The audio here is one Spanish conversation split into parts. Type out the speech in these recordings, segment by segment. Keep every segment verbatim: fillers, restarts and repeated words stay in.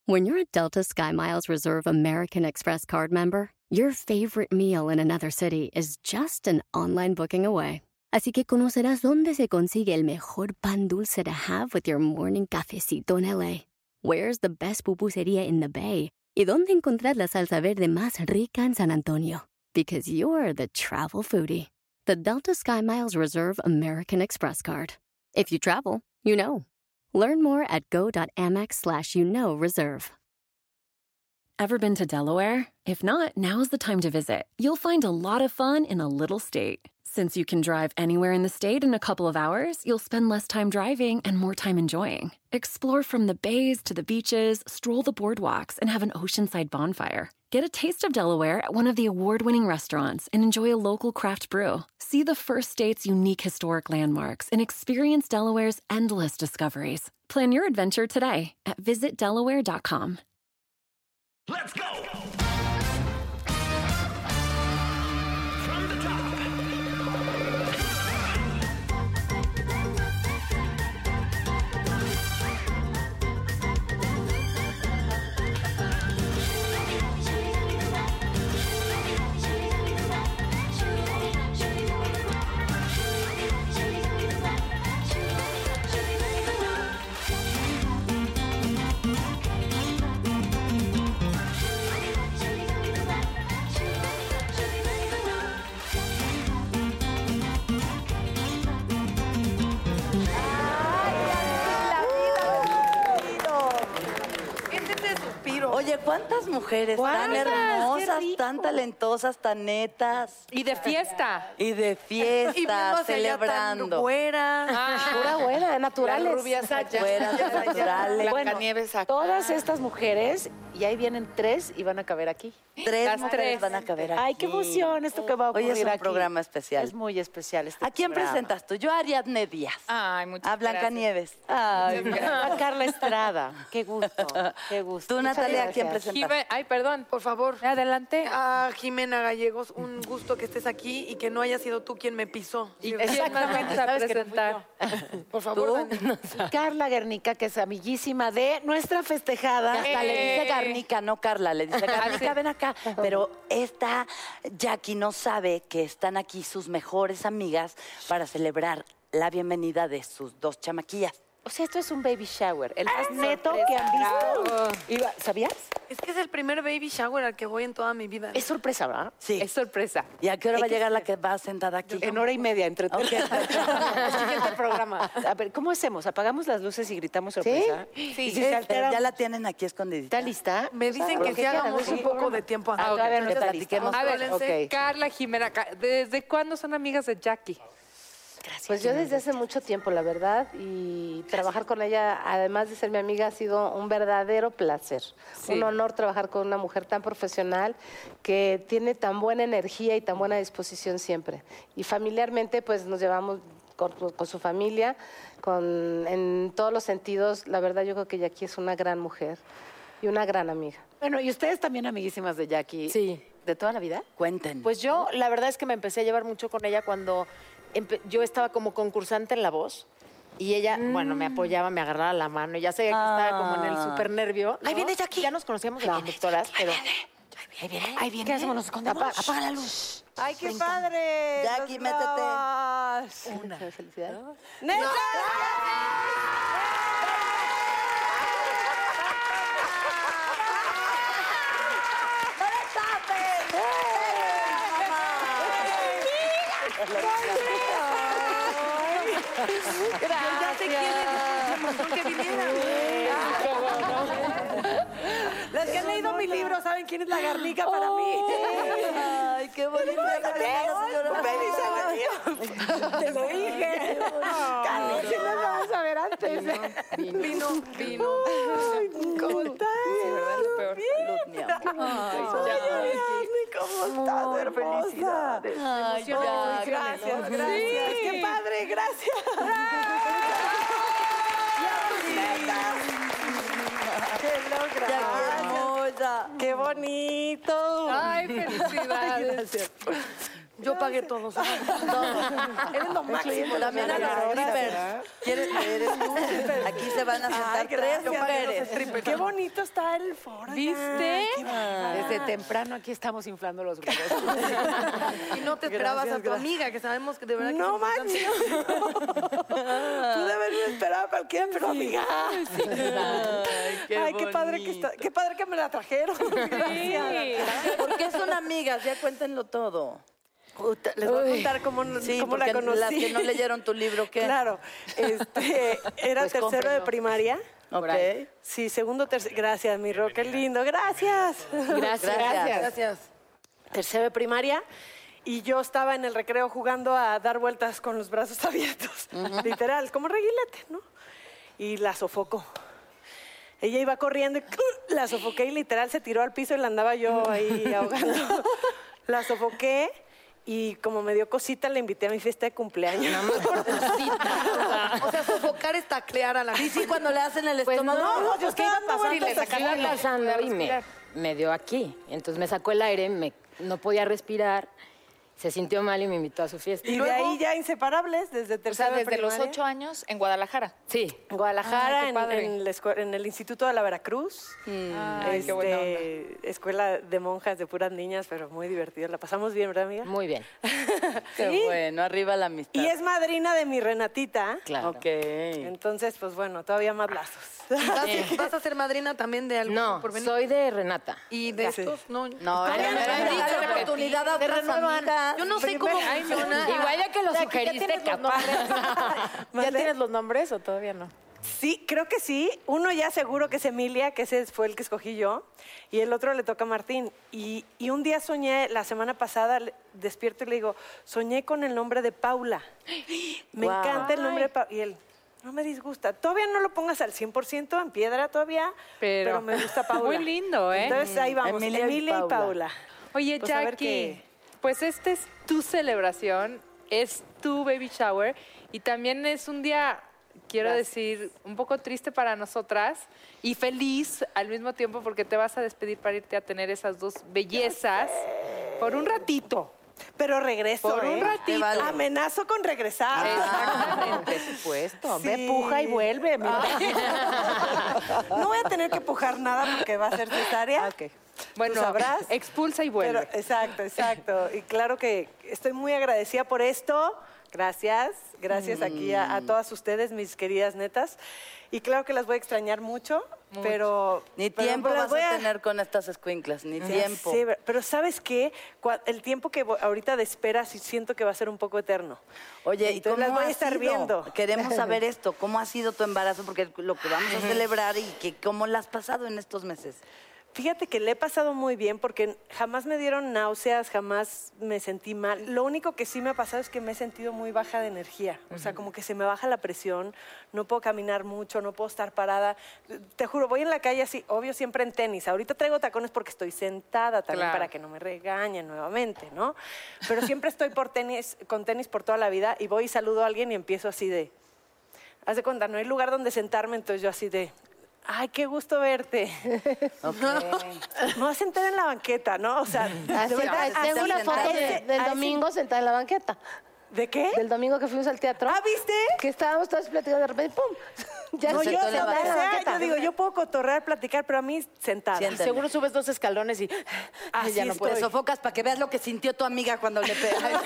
When you're a Delta SkyMiles Reserve American Express card member, your favorite meal in another city is just an online booking away. Así que conocerás dónde se consigue el mejor pan dulce to have with your morning cafecito en L A. Where's the best pupusería in the Bay? Y dónde encontrar la salsa verde más rica en San Antonio. Because you're the travel foodie. The Delta SkyMiles Reserve American Express card. If you travel, you know. Learn more at go.amex slash you know reserve. Ever been to Delaware? If not, now's the time to visit. You'll find a lot of fun in a little state. Since you can drive anywhere in the state in a couple of hours, you'll spend less time driving and more time enjoying. Explore from the bays to the beaches, stroll the boardwalks, and have an oceanside bonfire. Get a taste of Delaware at one of the award-winning restaurants and enjoy a local craft brew. See the first state's unique historic landmarks and experience Delaware's endless discoveries. Plan your adventure today at visit delaware dot com. Let's go! From the top. Oye, ¿cuántas mujeres tan ¿Cuántas? hermosas, Qué rico. tan talentosas, tan netas? Y de fiesta. Y de fiesta, Y viéndose celebrando. allá tan güera. Pura buena, naturales. Las rubias allá. Güeras, naturales. Blancanieves acá. Todas estas mujeres, y ahí vienen tres y van a caber aquí. Tres Las mujeres tres. van a caber aquí. Ay, qué emoción esto que va a Hoy ocurrir es un aquí. programa especial. Es muy especial este ¿A quién programa. presentas tú? Yo a Ariadne Díaz. Ay, muchas A Blancanieves. Ay, a Carla Estrada. Qué gusto, qué gusto. Tú, Muchas Natalia, ¿a quién gracias. presentas? Jime- Ay, perdón. Por favor, Adelante. a Jimena Gallegos, un gusto que estés aquí y que no haya sido tú quien me pisó. ¿Y Sí, quién más vamos a sabes que no fui presentar? yo. Por favor, ¿Tú? Dani. Carla Guernica, que es amiguísima de nuestra festejada. Hasta le dice Eh. Garnica, no Carla, le dice Garnica, ven acá. Pero esta Jackie no sabe que están aquí sus mejores amigas para celebrar la bienvenida de sus dos chamaquillas. O sea, esto es un baby shower, el más neto que han visto. Iba- ¿Sabías? Es que es el primer baby shower al que voy en toda mi vida. Es sorpresa, ¿verdad? Sí. Es sorpresa. ¿Y a qué hora va a llegar la que va sentada aquí? En hora y media, entre Ok. El siguiente programa. A ver, ¿cómo hacemos? ¿Apagamos las luces y gritamos sorpresa? Sí. ¿Y si Sí, se altera? ya la tienen aquí escondidita. ¿Está lista? Me dicen Pues, que ¿qué si quieran? hagamos Sí. un poco de tiempo Ah, antes. todavía no Que está platiquemos. lista. A ver, Acuérdense. ok. Carla Jimena, Ca- ¿desde cuándo son amigas de Jackie? Pues yo desde hace mucho tiempo, la verdad, y trabajar con ella, además de ser mi amiga, ha sido un verdadero placer. Sí. Un honor trabajar con una mujer tan profesional que tiene tan buena energía y tan buena disposición siempre. Y familiarmente, pues nos llevamos con, con su familia, con, en todos los sentidos. La verdad, yo creo que Jackie es una gran mujer y una gran amiga. Bueno, ¿y ustedes también amiguísimas de Jackie? Sí. ¿De toda la vida? Cuenten. Pues yo, la verdad es que me empecé a llevar mucho con ella cuando empe- yo estaba como concursante en La Voz y ella, bueno, me apañaba, me agarraba la mano y ya sé que estaba como en el Ah. súper nervio. Ahí viene Jackie. Ya nos conocíamos de conductoras, pero... Ahí viene. Ahí viene. ¿Qué hacemos? ¿Nos escondemos? Apa- apaga la luz. ¡Ay, qué padre! Jackie, métete. Una. Felicidades. ¡Neta! Ya sé quién le emoción que viniera. Los que han leído mi libro saben quién es la garnica para mí. Ay, qué bonito. Te lo dije. Carlos, si nos vamos a ver antes. Vino, vino. ¿Cómo estás? Sí, ¿verdad? Lo peor. Salud, mi amor. ¿Cómo estás, hermosa? Felicidades. Ay, Gracias, gracias, gracias. Qué padre, gracias. ¡Qué Jackie hermosa. ¡Qué bonito! Ay, felicidades. Yo pagué todo. Todo. Eres lo máximo. También a los strippers. ¿Quieres eres tú? Aquí se van a sentar tres mujeres. Qué bonito está el foro. ¿Viste? Ah. Desde temprano aquí estamos inflando los globos. Y no te esperabas a tu amiga, que sabemos que de verdad que No es manches. Pude haberme esperado a cualquiera, pero amiga. Ay, qué, Ay, qué padre que está, qué padre que me la trajeron. Gracias. Porque son amigas, ya cuéntenlo todo. Puta, les voy a contar cómo, Sí, cómo la porque conocí. las que no leyeron tu libro, ¿qué? Claro, este, era Pues tercero de cómprenlo. primaria. Ok. Sí, segundo, tercero. Gracias, mi Ro, qué lindo. Gracias. Gracias. Gracias. Gracias. Tercero de primaria. Y yo estaba en el recreo jugando a dar vueltas con los brazos abiertos. Literal, como reguilete, ¿no? Y la sofocó. Ella iba corriendo y la sofoqué y literal se tiró al piso y la andaba yo ahí ahogando. La sofoqué y como me dio cosita le invité a mi fiesta de cumpleaños. Nada más por O sea, sofocar es taclear a la Sí, sí, cuando le hacen el Pues estómago. no, No, yo estaba pasando Iba sacando- pasando y me, me dio aquí. Entonces me sacó el aire, me, no podía respirar, se sintió mal y me invitó a su fiesta. Y de ahí ya inseparables desde O sea, tercero de desde los primaria. ocho años en Guadalajara. Sí, En Guadalajara, Ay, qué en, padre. en la escue- en el Instituto de la Veracruz. Ay, Este, qué buena onda. escuela de monjas de puras niñas, pero muy divertido. La pasamos bien, ¿verdad, amiga? muy bien. Qué Sí. bueno, arriba la amistad. Y es madrina de mi Renatita. Claro. Ok. Entonces, pues bueno, todavía más lazos. ¿Vas, a- vas a ser madrina también de algo No, por venir? soy de Renata. Y de Sí. estos, no. No, Ay, ya me me habían habían dicho dado que oportunidad a te otras renuevan. amigas. Yo no sé cómo Ay, funciona. igual ya que lo ¿Ya sugeriste, tienes los capaz. ¿Ya ¿Mande? tienes los nombres o todavía no? Sí, creo que sí. Uno ya seguro que es Emilia, que ese fue el que escogí yo, y el otro le toca a Martín. Y, y un día soñé, la semana pasada, le- despierto y le digo, soñé con el nombre de Paula. Me Guau. encanta el nombre de Paula. Y él, no me disgusta. Todavía no lo pongas al cien por ciento en piedra todavía, pero, Pero- me gusta Paula. Muy lindo, ¿eh? Entonces ahí vamos, Emilia Emilia, y y Paula. Paula. Oye, Pues a ver Jackie, qué- pues esta es tu celebración, es tu baby shower y también es un día, quiero decir, un poco triste para nosotras y feliz al mismo tiempo porque te vas a despedir para irte a tener esas dos bellezas por un ratito. Pero regreso, Por un ¿eh? ratito. vale. Amenazo con regresar. Exactamente. Por supuesto. Sí. Ve, puja y vuelve. mi No voy a tener que pujar nada porque va a ser cesárea. Ok. Bueno, Tú sabrás. expulsa y vuelve. Pero, exacto, exacto. Y claro que estoy muy agradecida por esto. Gracias. Gracias aquí a, a todas ustedes, mis queridas netas. Y claro que las voy a extrañar mucho, pero... Ni pero tiempo las vas voy a tener con estas escuinclas, ni tiempo. Sí, pero ¿sabes qué? Cua- El tiempo que vo- ahorita de espera sí siento que va a ser un poco eterno. Oye, ¿y Entonces cómo las voy ha a estar sido? viendo. Queremos saber esto, ¿cómo ha sido tu embarazo? Porque lo que vamos a celebrar y que cómo la has pasado en estos meses. Fíjate que le he pasado muy bien porque jamás me dieron náuseas, jamás me sentí mal. Lo único que sí me ha pasado es que me he sentido muy baja de energía. O sea, como que se me baja la presión, no puedo caminar mucho, no puedo estar parada. Te juro, voy en la calle así, obvio siempre en tenis. Ahorita traigo tacones porque estoy sentada también Claro. para que no me regañen nuevamente, ¿no? Pero siempre estoy por tenis, con tenis por toda la vida y voy y saludo a alguien y empiezo así de... Haz de cuenta, no hay lugar donde sentarme, entonces yo así de... Ay, qué gusto verte. Ok. Me voy a sentar en la banqueta, ¿no? O sea, Así, de verdad, ah, tengo así, una foto a de- ese- del a ese- domingo sentada en la banqueta. ¿De qué? Del domingo que fuimos al teatro. Ah, ¿viste? Que estábamos todos platicando de repente, ¡pum! Ya No, se yo, sentó o en la sea, banqueta. yo digo, yo puedo cotorrear, platicar, pero a mí sentada. Siéntate. Y seguro subes dos escalones y Así ya no estoy. Te sofocas para que veas lo que sintió tu amiga cuando le pegas.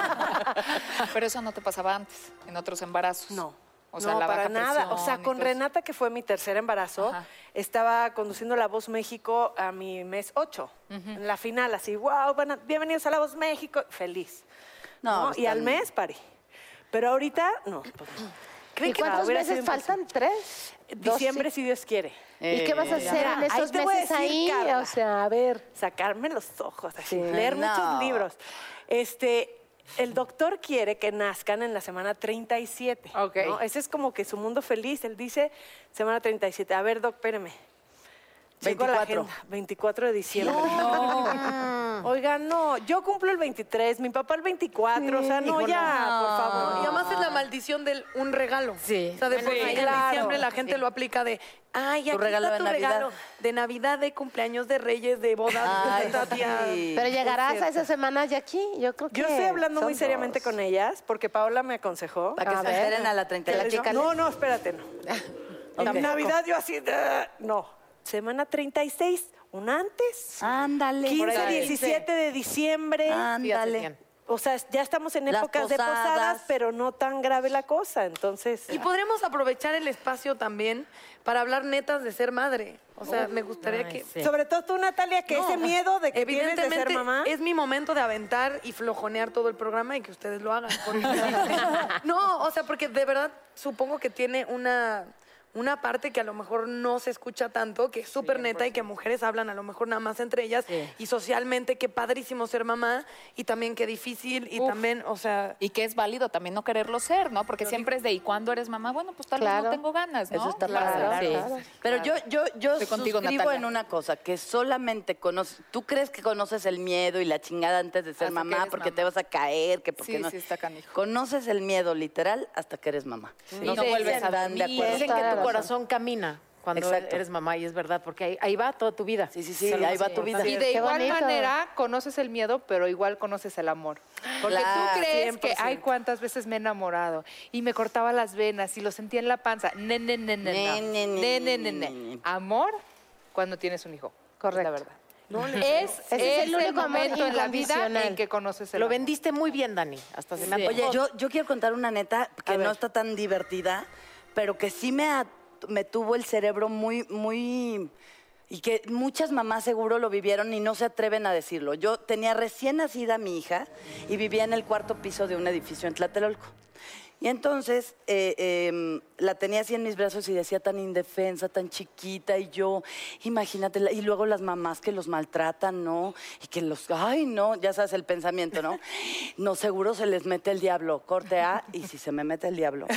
Pero eso no te pasaba antes, en otros embarazos. No. O sea, no, la para baja nada. O presión sea, y con todo eso. Renata, que fue mi tercer embarazo, Ajá. estaba conduciendo La Voz México a mi mes ocho. En la final, así, wow, bueno, bienvenidos a La Voz México. Feliz. No, ¿no? Y al están- mes parí. Pero ahorita, no. Pues, no. ¿Y que cuántos hubiera meses sido faltan? ¿Tres? Dos, Diciembre, sí. si Dios quiere. ¿Y qué vas a hacer Mira, en ahí esos te voy a meses decir, ahí? Carla. O sea, a ver. Sacarme los ojos, así, Sí. leer No. muchos libros. Este, el doctor quiere que nazcan en la semana treinta y siete. Ok. ¿no? Ese es como que su mundo feliz. Él dice semana treinta y siete. A ver, doc, espérame. Checo la veinticuatro. agenda. veinticuatro de diciembre. Oigan, no, yo cumplo el veintitrés, mi papá el veinticuatro, o sea, no, Hijo, ya, no. por favor. Y además es la maldición del un regalo. Sí. O sea, de por Sí, ahí en claro. diciembre la gente lo aplica de, ay, aquí regalo está de tu Navidad. regalo de Navidad, de cumpleaños, de Reyes, de bodas, Ay, de tía. sí. Pero llegarás Es a cierto. esa semana ya aquí, yo creo que... Yo estoy hablando muy son seriamente dos. con ellas, porque Paola me aconsejó. Para que A se ver. enteren a la treinta y ocho. No, no, espérate, no. Ok. En Navidad yo así, de- no. Semana treinta y seis, un antes. Ándale. quince, diecisiete de diciembre. Ándale. O sea, ya estamos en Las épocas de posadas. posadas, pero no tan grave la cosa, entonces... Y podremos aprovechar el espacio también para hablar netas de ser madre. O sea, me gustaría Ay, que... sí. Sobre todo tú, Natalia, que No, ese miedo de que tienes de ser evidentemente mamá... es mi momento de aventar y flojonear todo el programa y que ustedes lo hagan. porque- no, o sea, porque de verdad supongo que tiene una, una parte que a lo mejor no se escucha tanto, que es súper neta y que mujeres hablan a lo mejor nada más entre ellas. Sí. Y socialmente, qué padrísimo ser mamá y también qué difícil y Uf. también, o sea... Y que es válido también no quererlo ser, ¿no? Porque siempre es de, ¿y cuándo eres mamá? Bueno, pues tal vez Claro. no tengo ganas, ¿no? Eso está Pasa. padre. Sí. claro. Pero yo, yo, yo Estoy contigo, suscribo Natalia. en una cosa, que solamente conoces, tú crees que conoces el miedo y la chingada antes de ser Hasta que mamá, eres porque mamá. te vas a caer, que porque Sí, no. sí, está canijo. Conoces el miedo literal hasta que eres mamá. Y no vuelves a Están de dormir. acuerdo. Dicen Toda que la tu razón. corazón camina cuando Exacto. eres mamá y es verdad, porque ahí, ahí va toda tu vida. Sí, sí, sí, ahí va tu vida. Y de Qué igual bonito. manera conoces el miedo, pero igual conoces el amor. Porque Claro, tú crees cien por que, ciento. ay, cuántas veces me he enamorado y me cortaba las venas y lo sentía en la panza. Ne, ne, ne, ne, no. Ne, ne, ne, Ne, ne, ne, ne, ne. ne. Amor cuando tienes un hijo. Correcto. La verdad. es, Ese es es el único amor momento en la vida incondicional. en que conoces el Lo amor. vendiste muy bien, Dani. Hasta se me antojó. Oye, yo, yo quiero contar una neta que no está tan divertida, pero que sí me, ha- me tuvo el cerebro muy, muy... Y que muchas mamás seguro lo vivieron y no se atreven a decirlo. Yo tenía recién nacida mi hija y vivía en el cuarto piso de un edificio en Tlatelolco. Y entonces eh, eh, la tenía así en mis brazos y decía tan indefensa, tan chiquita, y yo, imagínate, la- y luego las mamás que los maltratan, ¿no? Y que los, ay, no, ya sabes el pensamiento, ¿no? No, seguro se les mete el diablo, corte A, y si se me mete el diablo.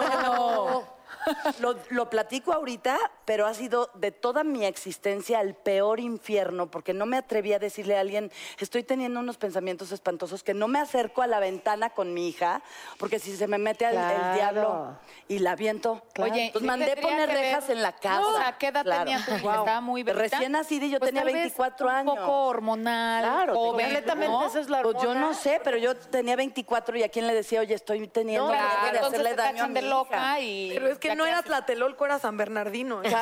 No, lo, lo platico ahorita, pero ha sido de toda mi existencia el peor infierno, porque no me atreví a decirle a alguien, estoy teniendo unos pensamientos espantosos, que no me acerco a la ventana con mi hija, porque si se me mete al- Claro. el diablo y la aviento. Oye, Entonces ¿sí mandé tendría poner que ver- rejas en la casa. O sea, ¿qué edad Claro. tenía tu hija? Wow. Estaba muy bebita. Recién nacida y yo Pues tenía tal vez veinticuatro un años. poco hormonal, Claro, joven, completamente, ¿no? esa es la Pues yo hormona. no sé, pero yo tenía veinticuatro y a quién le decía, oye, estoy teniendo No, riesgo claro, de entonces hacerle te daño a tachan mi de hija. loca y... Pero es que ya no qué era haces. Tlatelolco, era San Bernardino. ¿eh?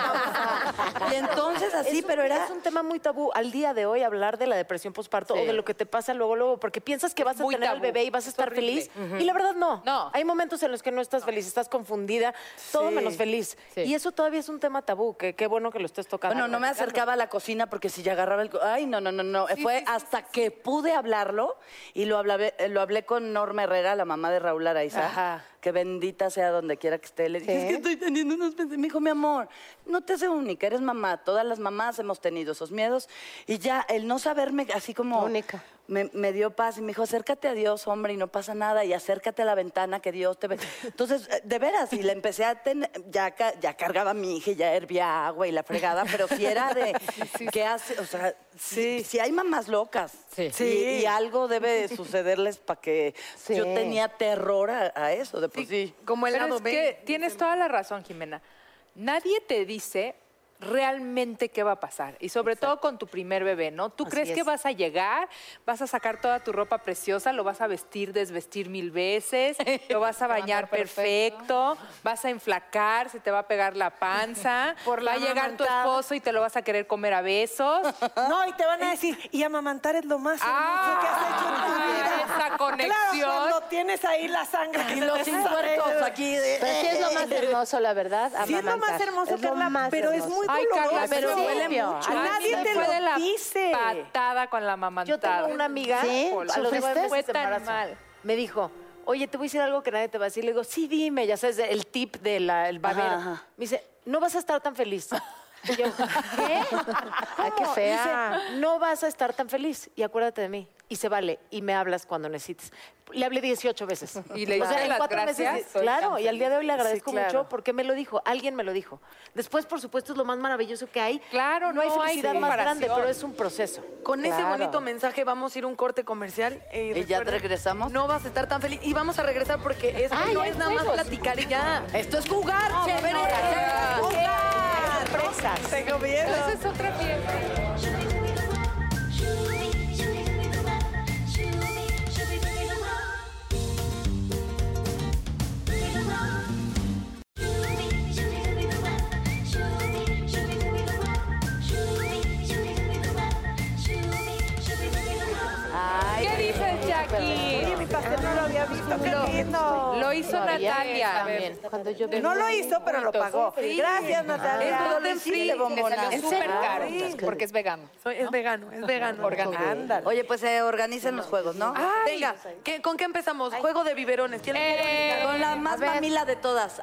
Y entonces así, Es un- pero era... Es un tema muy tabú al día de hoy hablar de la depresión postparto Sí. o de lo que te pasa luego, luego, porque piensas que vas a muy tener al tabú. bebé y vas a Es estar horrible. feliz. Y la verdad no. No. Hay momentos en los que no estás feliz, estás confundida, todo Sí. menos feliz. Sí. Y eso todavía es un tema tabú, que qué bueno que lo estés tocando. Bueno, no me acercaba a la cocina porque si ya agarraba el... co- Ay, no, no, no, no. Fue hasta que pude hablarlo y lo hablé, lo hablé con Norma Herrera, la mamá de Raúl Araiza, Ajá. que bendita sea donde quiera que esté. Le dije, es que estoy teniendo unos pensamientos. Me dijo, mi amor, no te hace única, eres mamá. Todas las mamás hemos tenido esos miedos. Y ya, el no saberme así como... Única. Me, me dio paz y me dijo, acércate a Dios, hombre, y no pasa nada, y acércate a la ventana que Dios te ve. Entonces, eh, de veras, y le empecé a tener, ya, ca- ya cargaba a mi hija y ya hervía agua y la fregada, pero si era de, ¿qué hace? O sea, si, si hay mamás locas, Sí. y, y algo debe de sucederles para que Sí. yo tenía terror a, a eso, de por sí. Como el Pero lado es B. que tienes toda la razón, Jimena. Nadie te dice realmente qué va a pasar. Y sobre todo con tu primer bebé, ¿no? Tú Así crees que es. vas a llegar, vas a sacar toda tu ropa preciosa, lo vas a vestir, desvestir mil veces, lo vas a bañar perfecto, vas a enflacar, se te va a pegar la panza, Por la va a llegar tu amamantada. esposo y te lo vas a querer comer a besos. No, y te van a decir, y amamantar es lo más hermoso que has hecho en tu Ah, vida. esa conexión. Claro, cuando tienes ahí la sangre. que Y se los te cinco sale. huertos aquí de... Pero sí es lo más hermoso, la verdad, Sí es lo más amamantar. hermoso, Es lo Carla, más pero es hermoso. muy Ay, doloroso. Carla, pero Sí. duele mucho. mucho. A A nadie mí te me lo fue de la dice. patada con la mamantada. Yo tengo una amiga, ¿Sí? a los nueve ¿Sufriste? meses Fue de tan embarazo, mal. me dijo, oye, te voy a decir algo que nadie te va a decir. Le digo, sí, dime, ya sabes, el tip del babero. Ajá, ajá. Me dice, no vas a estar tan feliz. Y yo, ¿qué? Ay, qué ¿Cómo? fea. Dice, no vas a estar tan feliz y acuérdate de mí. Y se vale, y me hablas cuando necesites. Le hablé dieciocho veces. Y le O sea, diste en las cuatro gracias. meses, Soy claro, tan y al día de hoy le feliz. agradezco Sí, claro. mucho porque me lo dijo, alguien me lo dijo. Después, por supuesto, es lo más maravilloso que hay. Claro, no hay no hay felicidad más grande, comparación. pero es un proceso. Con ese Claro. bonito mensaje vamos a ir a un corte comercial. eh, ¿Y ya recuerden, regresamos? No vas a estar tan feliz. Y vamos a regresar porque es, Ay, no hay es nada más juegos. platicar y ya. Esto es jugar, No, chévere. señora, Jugar. Sorpresas. Tengo miedo. Esa es otra fiesta. Ay, ¿Qué dices, Jackie? Oye, mi pastel no lo había visto, qué lindo. Lo hizo Todavía Natalia. a ver, cuando yo No lo hizo, pero lo pagó. Gracias, Natalia. Es Todo gluten lo free. hiciste, bombona. Le salió ¿En súper serio? caro, Sí. porque es vegano. Soy- Es vegano, es vegano. Orgánico. Oye, pues se organizan los juegos, ¿no? Venga, ¿qué- ¿con qué empezamos? Juego de biberones. ¿Quién Eh, Con la más mamila de todas.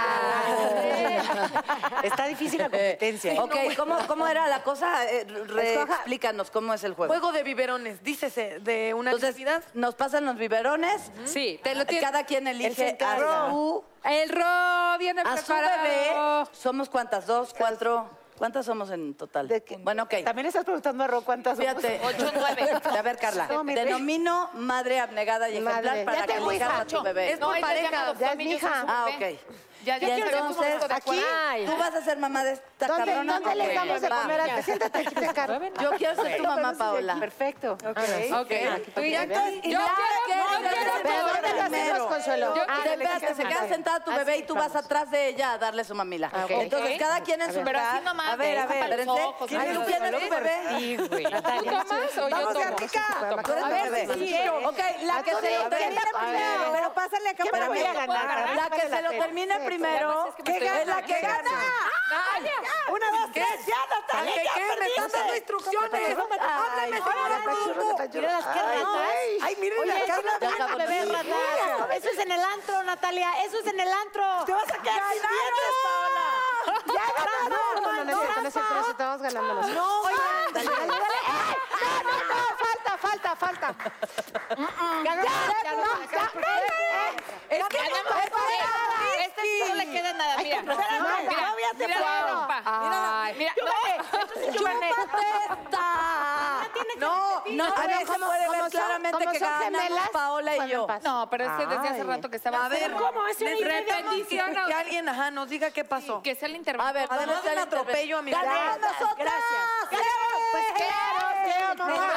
Ay, Está difícil la competencia. ¿eh? ok, ¿cómo, ¿cómo era la cosa? Eh, re- Escoja- explícanos cómo es el juego. Juego de biberones. Dícese de una Entonces, actividad. nos pasan los biberones. Sí, te lo tienes. Cada quien se elige encarga. a su, El ro viene a su preparado. bebé. ¿Somos cuántas? ¿Dos? ¿Cuatro? ¿Cuántas somos en total? ¿De qué? Bueno, ok. También estás preguntando a Ro cuántas somos. Fíjate. Ocho, nueve. A ver, Carla. No, mi rey. Denomino madre abnegada y ejemplar Madre. para Ya que tengo elijas hija. a tu bebé. Es por es pareja. lesbiana, Ya es Tommy, mi yo soy hija. su Ah, bebé. ok. Ya, ya Y nos habíamos entonces, puesto de aquí, acuerdo. tú vas a ser mamá de esta ¿Dónde, cabrona. ¿dónde les Ok, damos de va. comer? a- Siéntate aquí, te cargo. Yo quiero ser tu mamá, Paola. Perfecto. Ok. Tú ya Yo estoy- y quiero, nada yo que quiero, debe yo ser Pero ¿dónde lo primero. hacemos, Consuelo? Yo- Ah, Te le veas que se queda sentada tu bebé y tú vas atrás de ella a darle su mamila. ok. Entonces, Ok. cada quien en su Pero así lugar. nomás, A ver, a de ver, para los espérense. ojos, ¿Quién ay, tú no, tienes tu bebé? Sí, güey. ¿Tú tomas o yo Vamos, tomo? Gartica. Tú eres A tu ver, bebé. sí. Ok, la que tú se lo di- termine a ver. primero. Pero pásale acá ¿Qué para me voy mí. a ganar? La que se lo pena. termine Sí, primero ¿Qué es gana? la que ¿Qué gana. gana? Una, dos, tres, ya, Natalia, ¿Qué, ya qué? Me perdiste. están dando instrucciones. Ay, Háblame, señora. Mira las que ratas. Ay, miren Oye, la eso Carla. no es para bebé rata. Eso es en el antro, Natalia. Eso es en el antro. Te vas a quedar sin dientes, Paola. Ya No, ganaron. no, no, no, no, es cierto, no es cierto, no es cierto, vamos ganando nosotros. No, oye, dale, dale, dale. ¡Eh! No, no, no, falta, falta, falta. Ganó, ya, no, ya, Es que este no le queda nada, mira. no, Mira, no, mira, todavía te mira, puedo. compa. Ay, Mira, no. ¡Chúpate esta! No, no, a ver, se puede ver claramente que ganamos Paola y yo. No, pero es que desde hace Ay. rato que estaba. A ver, ¿cómo? Es de repente que alguien ajá, nos diga qué pasó. Que sea el intervalo. A ver, Además ¿dónde de un está el atropello a mi ¡Ganamos bebé. nosotras! Gracias. Pues claro, tío, mamá.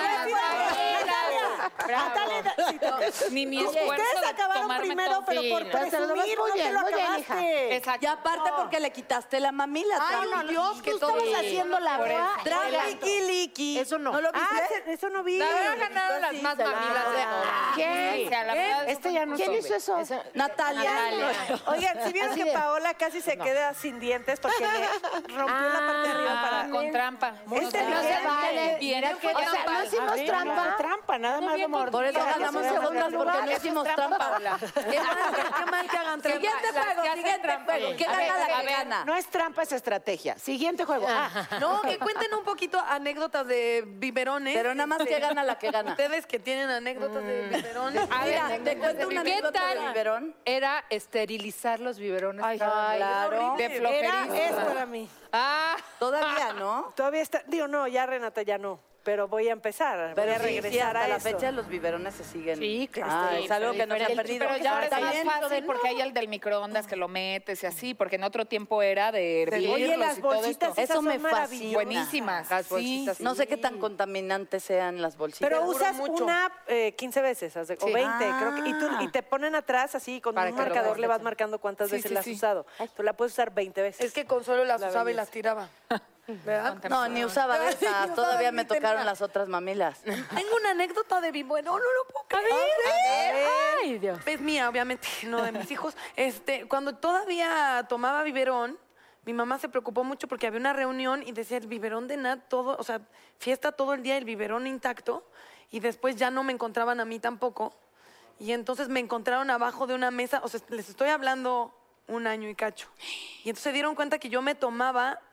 Ni mi Ustedes esfuerzo de acabaron tomarme primero, todo. pero Sí, por no. Pero te lo vas presumir muy no te bien, lo muy bien, acabaste. Exacto. Y aparte porque le quitaste la mamila. Ay, no, Dios, que estamos haciendo la boa. Trampiquiliqui. Eso no. ¿No lo viste? Ah, ese- eso no vi. La verdad ganaron las más mamilas de ¿Quién? O sea, la verdad, Este ya no ¿Quién sabe. hizo eso? Natalia. Oigan, si vieron Así que de- Paola casi se queda sin dientes porque le rompió la parte de arriba Ah, para... con trampa. Este No se vale. Viene O sea, no hicimos trampa. trampa, nada más lo mordí. Por eso Para que ganamos se vea segundas más porque no lugar. hicimos trampa. Qué mal, qué mal que hagan trampa. Siguiente Las juego, que hacen siguiente trampa. juego. ¿Qué A ver, gana la a que ver, gana? No es trampa, es estrategia. Siguiente juego. Ah, No, que cuenten un poquito anécdotas de biberones. Pero nada más que gana la que gana. Ustedes que tienen anécdotas de biberones. A ver, te cuento una ¿Qué anécdota de tal biberón. era esterilizar los biberones? Ay, cada- claro. De Era, flojerísimo. es para mí. Ah, Todavía, ¿no? Todavía está, digo, no, ya Renata, ya no. Pero voy a empezar, Pero voy a sí, sí, regresar hasta a la eso. fecha los biberones se siguen. Sí, claro. Ah, Sí, es algo que no se ha el- perdido. Pero ya ahora es más También, fácil porque hay el del microondas que lo metes y así, porque en otro tiempo era de hervirlos Oye, las y todo bolsitas esto. esas Eso son me fascina. maravillosas. Buenísimas. Las sí. bolsitas, No sé qué tan contaminantes sean las bolsitas. Pero Seguro usas mucho. una eh, quince veces haz de- o Sí. veinte, creo que, y, tú, Ah. y te ponen atrás así con Para un que lo marcador veas, le vas Nacha. marcando cuántas Sí, veces sí, la has sí. usado. Tú la puedes usar veinte veces. Es que Consuelo las La usaba y belleza. las tiraba. ¿Verdad? No, ni usaba de Ay, ni esas. usaba Todavía ni me tocaron tenía. las otras mamilas. Tengo una anécdota de biberón, no, no lo puedo creer. A ver. Ay, Dios. Es mía, obviamente, no de mis hijos. Este, cuando todavía tomaba biberón, mi mamá se preocupó mucho porque había una reunión y decía el biberón de Nat todo, o sea, fiesta todo el día, el biberón intacto, y después ya no me encontraban a mí tampoco. Y entonces me encontraron abajo de una mesa, o sea, les estoy hablando un año y cacho. Y entonces se dieron cuenta que yo me tomaba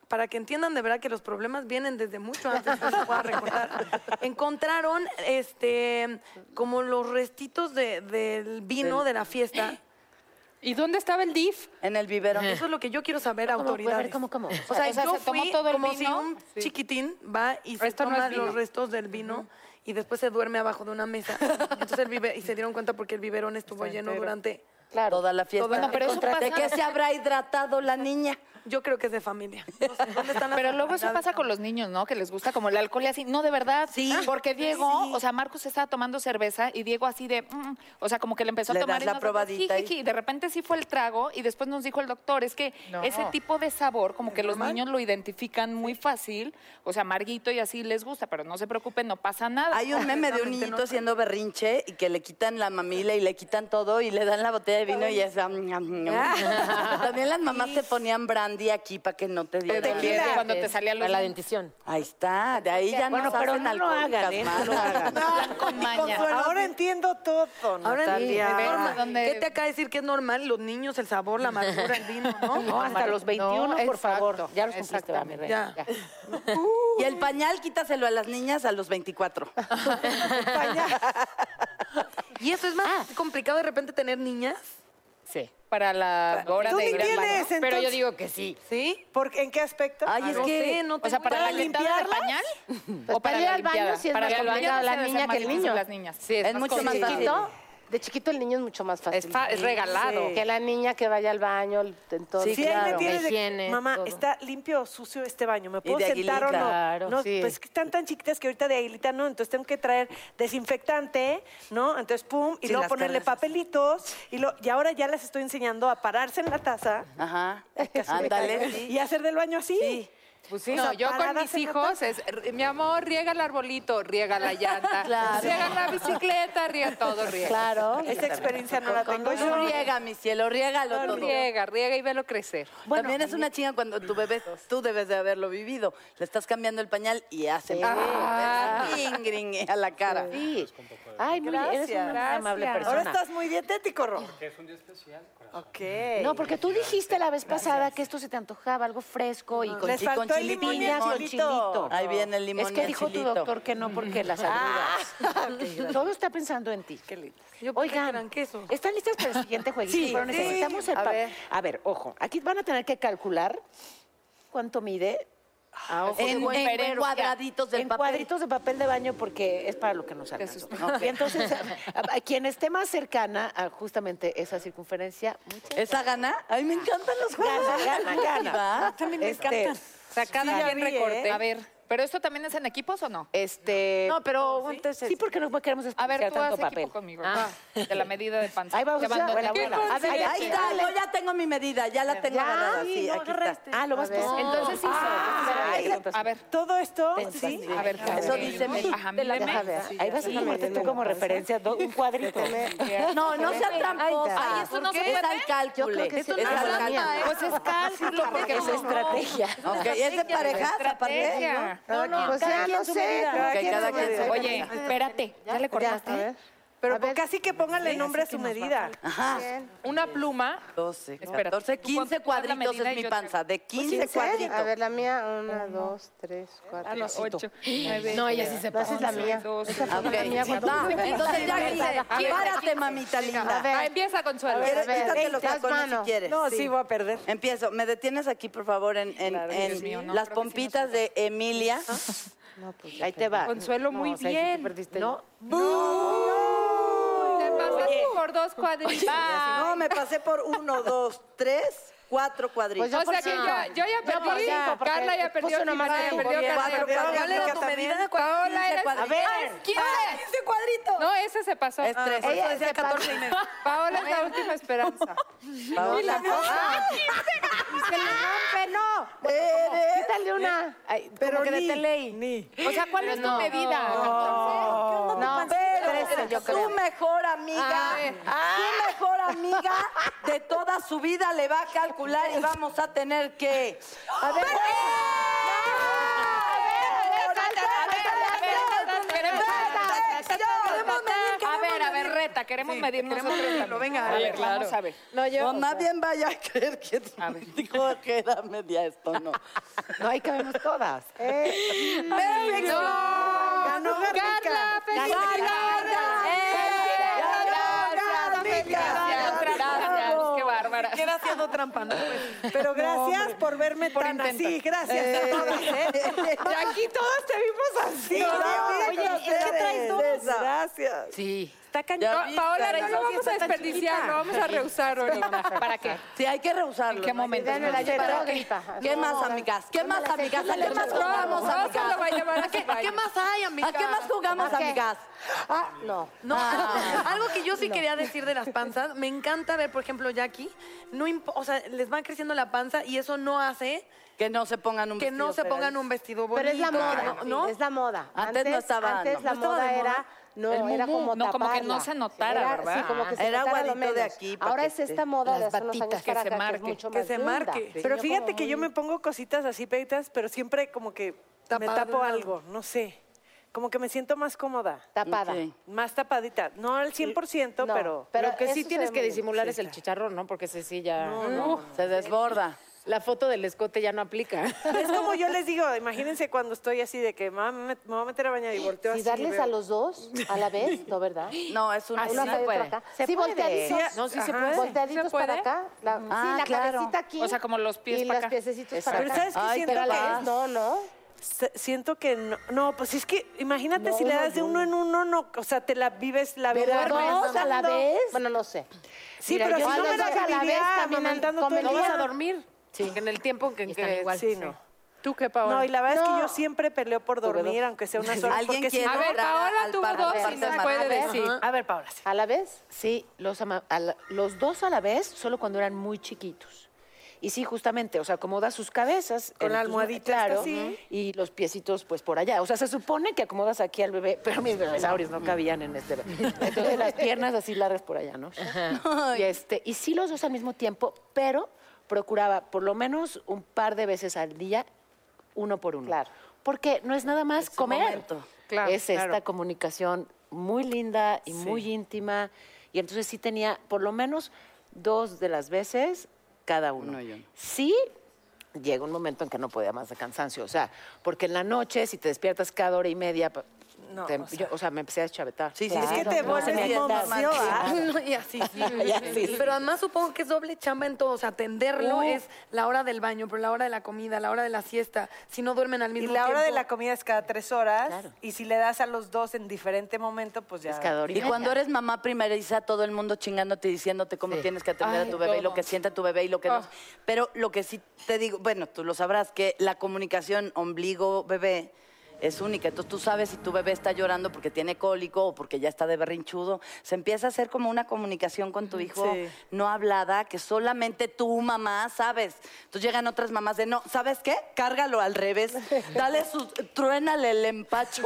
para que entiendan de verdad que los problemas vienen desde mucho antes que se pueda recordar. Encontraron este como los restitos de, del vino de la fiesta. ¿Y dónde estaba el D I F? En el biberón. Eso es lo que yo quiero saber, ¿Cómo, autoridades. ¿Cómo, cómo? O sea, O sea, yo ¿se tomó fui todo el como si vino? un Sí. chiquitín va y se Esto no toma es vino. los restos del vino y después se duerme abajo de una mesa. Entonces el bibe- y se dieron cuenta porque el biberón estuvo lleno durante Claro. Toda la fiesta. Bueno, pero eso ¿De pasa- qué se habrá hidratado la niña? Yo creo que es de familia. No sé, ¿dónde están las Pero luego eso autoridades? pasa con los niños, ¿no? Que les gusta como el alcohol y así. No, de verdad. Sí. Porque Diego, o sea, Marcos estaba tomando cerveza y Diego así de, mm, o sea, como que le empezó Le a tomar das y la nosotros, probadita jiji, y- y de repente sí fue el trago y después nos dijo el doctor, es que No. ese tipo de sabor, como que los niños lo identifican muy fácil, o sea, amarguito y así les gusta, pero no se preocupen, no pasa nada. Hay un meme de un Completamente niñito no. haciendo berrinche y que le quitan la mamila y le quitan todo y le dan la botella de vino y es... am, am, am. También las mamás te ponían brandy aquí para que no te diera. Tequila, cuando te salía Para los la dentición. Ahí está, de ahí ya Bueno, nos pero hacen no lo alcohólicas hagan, ¿eh? más. No lo hagan. con maña. Ahora entiendo todo, Ahora Natalia. sí, ¿ves normal. dónde- ¿Qué te acaba de decir que es normal? Los niños, el sabor, la amargura, el vino, ¿no? No, hasta los veintiuno, No, por exacto, favor. Ya los cumpliste, va, mi reina. Ya. Ya. Y el pañal quítaselo a las niñas a los veinticuatro. Y eso es más complicado de repente tener niñas. Sí. Para la hora ¿Tú de ni ir al baño. tienes, Pero yo entonces? digo que sí. ¿Sí? ¿Por, ¿En qué aspecto? Ay, Ah, es no que... sé, no O sea, tengo para la idea. limpiada del pañal Pues o para para ir la al baño limpiada. sí es Para más la complicado limpiada la se debe niña ser más que el difícil niño. las niñas. Sí, es, Es más mucho De más complicado. fácil. chiquito, de chiquito el niño es mucho más fácil. Es, fa- es regalado. Que la niña que vaya al baño, en todo. Sí, Si él me claro. tiene de- higiene, mamá, todo. ¿está limpio o sucio este baño? ¿Me puedo de sentar o no? aguilita. Claro, no, sí. pues que están tan chiquitas que ahorita de aguilita no, entonces tengo que traer desinfectante, ¿no? Entonces, pum, y Sí, luego las ponerle cargas. papelitos, y, lo, y ahora ya les estoy enseñando a pararse en la taza Ajá, ándale. sí. y hacer del baño así. Sí. Pues sí, O no, sea, yo con paradas mis en la hijos es, r- mi amor, riega el arbolito, riega la llanta, Claro. riega la bicicleta, riega todo, riega. Claro. Esa experiencia no la tengo Tú yo. riega, mi cielo, riégalo todo. Riega, riega y velo crecer. También es una chinga cuando tu bebé, tú debes de haberlo vivido. Le estás cambiando el pañal y hace Ah. gring, gring a la cara. Sí. Ay, muy, eres una Gracias. amable Ahora persona. estás muy dietético, Ro. Porque es un día especial. Ok. No, porque tú dijiste la vez pasada que esto se te antojaba, algo fresco y con, Les y con faltó el limón y el piñas, con chilito. chilito. Ahí viene el limón Es y que el dijo tu chilito. doctor que no porque las agruras. Todo está pensando en ti. Yo pensé que Oigan, eran queso. ¿están listas para el siguiente jueguito? Sí, Pero sí. necesitamos el A pa- ver. A ver, ojo, aquí van a tener que calcular cuánto mide. En, en- en cuadraditos del en papel. cuadritos de papel de baño porque es para lo que nos alcanza. Y entonces, a, a quien esté más cercana a justamente esa circunferencia, muchas ¿Esa gana? Ay, me encantan los juegos. Gana, gana, gana. ¿Va? También me Este, encantan. O sea, cada Sí, ya quien vi, recorte. ¿eh? A ver, ¿pero esto también es en equipos o no? Este, No, pero entonces... sí, porque no queremos A ver, desperdiciar tú haz tanto equipo papel. conmigo. Ah. De la medida de panza. Ahí vamos Te a abandoné. hacer, bueno, bueno. ¿Qué A ver, Ahí está, yo ya tengo mi medida, ya la tengo ¿Ya? agarrada. Sí, Sí, no aquí agarraste. está. Ah, lo vas pasando. Entonces sí, Ay, a ver, Todo esto, Pensas, sí. a ver, Eso dice Meli. Ajá, Deja mídeme. ver. Ahí vas a tomarte tú como referencia do- un cuadrito. No, no sea tramposa. Ay, ¿esto no se Es puede? al cálculo. Yo creo que sí. Es Es al la cálculo. mía. Pues es cálculo, porque Es estrategia. Ok, es de parejas, aparte. Estrategia. No, no, pues ya no sé. Cada quien Cada su quien medida. su Oye, medida. espérate, ¿ya le Ya, cortaste? a ver. Pero A ver. casi que pónganle nombre a su medida. Ajá. Una pluma. doce, Espérate. catorce, Tú quince pon- pon la cuadritos medida es y mi yo panza. De quince ¿quince? cuadritos. A ver, la mía, una, dos, tres, cuatro. Ocho, nueve, No, ella sí se No, esa es la mía. doce, Esa fue Ok, la mía cuando va, fui. entonces ya A quise. ver, Párate, mamita A linda. ver. Ah, empieza Consuelo. ¿Quieres? ver, Quítate los las tacones si manos. quieres. No, sí, voy a perder. Empiezo. Me detienes aquí, por favor, en, en, Claro, en Dios mío, no, las creo que sí pompitas de Emilia. No, pues ahí te va. Consuelo, muy No, o sea, ahí sí bien. te perdiste. No. Te pasaste por dos cuadritos. No, me pasé por uno, dos, tres, cuatro cuadritos. Pues O sea que cinco. yo, yo ya Yo por perdí. cinco, porque Carla ya puso perdió. una más Jimena que ya tú. perdió. Bien, Carla ya cuatro perdió. cuadritos. ¿Cuál era tu También. medida? Paola era A ver. quince. quince cuadritos. No, ese se pasó. Es tres. Ella Eso decía se catorce y medio. Paola es la última esperanza. Paola. Se le rompe, no. Eres- Quítale una. Ay, como que de teley. O sea, ¿cuál es tu medida? No, trece, yo Su creo. mejor amiga, su mejor amiga de toda su vida le va a calcular y vamos a tener que... A ver, A ver, a ver, reta. cuenta, queremos medir nosotros también. Venga, a a ver, ver, vamos a ver. No, yo, no nadie vaya a creer que dijo que era media esto, no. No, ahí cabemos todas. Eh. ¡Perfecto! ¡Ganó Carla! Gracias, qué bárbara. Queda haciendo trampa, ¿no? Pues, pero gracias por verme por tan intentar. así. Gracias a todas, ¿eh? De aquí todas te vimos así. No, oye, es que traes dos. Gracias. Sí. Está cañón. Pa- Paola, no lo vamos a desperdiciar, lo vamos a rehusar ahorita. ¿Para qué? Sí, hay que rehusarlo. ¿En qué momento? Dale, yo ¿Para tengo qué? gripa. ¿Qué No, más, no, amigas? ¿Qué más, tómala, amigas? ¿A tómala, qué más tómala. jugamos, Rosa amigas? lo va a llevar a ¿A su qué, a baño. qué más hay, amiga? ¿A qué más jugamos, ¿A qué? amigas? Ah, no. No, algo que yo sí quería decir de las panzas, me encanta ver, por ejemplo, Jackie, no impo- o sea, les va creciendo la panza y eso no hace Que no se pongan un que vestido no se pongan pegadizo. un vestido bonito. Pero es la moda, ¿no? ¿no? es la moda. Antes no estaba, Antes no. la ¿No estaba moda de moda? era, no, El era mumú, como no, como que taparla. no se notara, Era- ¿verdad? Sí, como que se Era notara lo aguadito de menos. aquí para Ahora que es esté- esta moda de las hace unos batitas, años que para se acá, que es marque. mucho Que más se linda. marque. Sí, Pero yo fíjate como que yo muy- me pongo cositas así peditas, pero siempre como que me Tapada. tapo algo, no sé. Como que me siento más cómoda. Tapada. Ok. Más tapadita. No al cien por ciento, No, pero... pero Lo que sí eso se tienes ve que muy bien. disimular Sí, es el está. chicharrón, ¿no? Porque ese sí ya... No, no. Uh, Se desborda. La foto del escote ya no aplica. Es como yo les digo, imagínense cuando estoy así de que "Mamá, me, me voy a meter a bañar y volteo Si así. y darles veo- a los dos a la vez, ¿no, verdad? No, es una... Uno sí acá se y otro puede. acá. Se Sí, puede. volteaditos. Sí, no, sí se Ajá. puede. Volteaditos ¿Se puede? para acá. La, Ah, sí, la claro. cabecita aquí. O sea, como los pies y para los acá. piececitos Exacto. para Pero acá. ¿sabes qué Ay, siento? Pero a la paz. vez, no, no. Se- Siento que no, no, pues es que imagínate No, si le no, das de no. uno en uno, no, o sea, te la vives la Pero vida. dos a la amamantando. vez. Bueno, no sé. Sí, Mira, pero yo si a no los me la dos a la vez viviría caminan, amamantando todo el comen ¿No vas a día. dormir? Sí. En el tiempo en que... Igual, sí, sí. no. ¿Tú qué, Paola? No, y la verdad es que No. yo siempre peleo por dormir, aunque sea unas horas. ¿Alguien porque si quiere no- A ver, entrar Paola al tuvo par- dos parte y nos más? puede A ver, decir. Ajá. A ver, Paola. sí. ¿A la vez? Sí, los, ama- a la- los dos a la vez, solo cuando eran muy chiquitos. Y sí, justamente, o sea, acomoda sus cabezas. Con en la tus- almohadita claro, esta así. y los piecitos pues por allá. O sea, se supone que acomodas aquí al bebé, pero mis bebesaurios no cabían en este bebé. Entonces las piernas así largas por allá, ¿no? Y, este, y sí los dos al mismo tiempo, pero procuraba por lo menos un par de veces al día, uno por uno. Claro. Porque no es nada más su comer. momento. Claro, es esta claro. comunicación muy linda y muy íntima. Y entonces sí tenía por lo menos dos de las veces cada uno. Uno y uno. Sí, llega un momento en que no podía más de cansancio. O sea, porque en la noche, si te despiertas cada hora y media, pa- No, te- o sea. yo- o sea, me empecé a chavetar. Sí, sí, Es que sí. te no, no se vuelves me había moncio, dado. ¿ah? No, y así, sí. Y así. Pero además supongo que es doble chamba en todo. O sea, atenderlo Uh. es la hora del baño, pero la hora de la comida, la hora de la siesta. Si no duermen al Y mismo la tiempo. hora de la comida es cada tres horas. Claro. Y si le das a los dos en diferente momento, pues ya. Es cada hora y Y media. cuando eres mamá primeriza, todo el mundo chingándote y diciéndote cómo Sí. tienes que atender Ay, a tu bebé y lo todo. que siente tu bebé y lo que no. Ah. Pero lo que sí te digo, bueno, tú lo sabrás, que la comunicación ombligo-bebé es única. Entonces tú sabes si tu bebé está llorando porque tiene cólico o porque ya está de berrinchudo. Se empieza a hacer como una comunicación con tu hijo Sí. no hablada que solamente tú, mamá, sabes. Entonces llegan otras mamás de, no, ¿sabes qué? Cárgalo al revés. Dale su, truénale el empacho.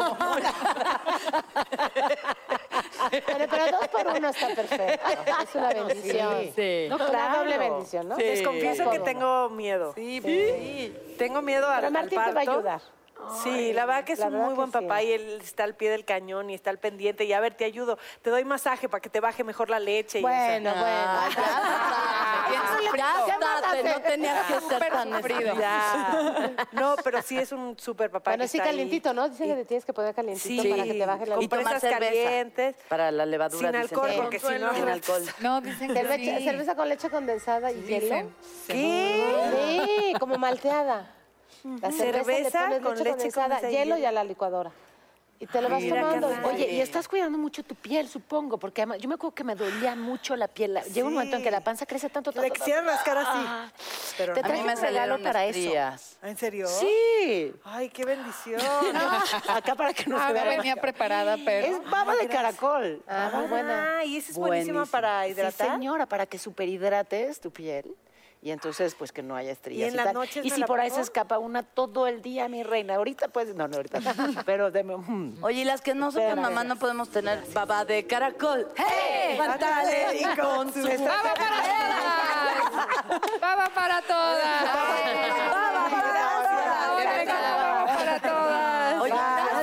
Pero, pero dos por uno está perfecto. Es una bendición. Sí. No, una doble bendición, ¿no? Les confieso Dos que por uno. tengo miedo. Sí, sí. Tengo miedo al, Pero al Martín parto. te va a ayudar. Sí, la verdad que es la un verdad muy que buen papá sí. y él está al pie del cañón y está al pendiente. Y a ver, te ayudo. Te doy masaje para que te baje mejor la leche. y, o sea, Bueno, bueno. Ya estate, no tenías que ser tan sufrido. ya. No, pero sí es un súper papá. Bueno, que sí, está ahí. calientito, ¿no? Dicen que te tienes que poner calientito Sí, para que te baje la con Y tomar presas cerveza. calientes. Para la levadura. Sin dicen. alcohol, Sí. porque si no- Sin alcohol. No, dicen que Cerveza, sí. cerveza con leche condensada y hielo. Dicen. Sí, como malteada. La cerveza, Cerveza le pones con leche leche condensada, condensada y hielo hielo. y a la licuadora. Y te lo vas Mira, tomando. carnal. Oye, y estás cuidando mucho tu piel, supongo, porque además, yo me acuerdo que me dolía mucho la piel. Llega un momento en que la panza crece tanto, tanto, Le tanto. quisieran rascar así. Ah, Pero te no. A mí traje me un regalo salieron para eso. estrías. ¿En serio? Sí. Ay, qué bendición. Acá para que no Ah, se no vea. venía preparada, pero... Es baba de caracol. Ah, muy buena. Ah, y esa es buenísima para hidratar. Sí, señora, para que superhidrates tu piel. Y entonces, pues, que no haya estrías. ¿Y en las tal. noches Y me si la por ahí pongo? se escapa una todo el día, mi reina. Ahorita, pues, no, no, ahorita no. Pero deme... mm. Oye, y las que no son mamá no podemos tener baba de caracol. ¡Hey! Pantale y con su... ¡Baba para todas! ¡Baba para todas! ¡Baba para todas! Venga, baba para todas! Oye, gracias, Paola.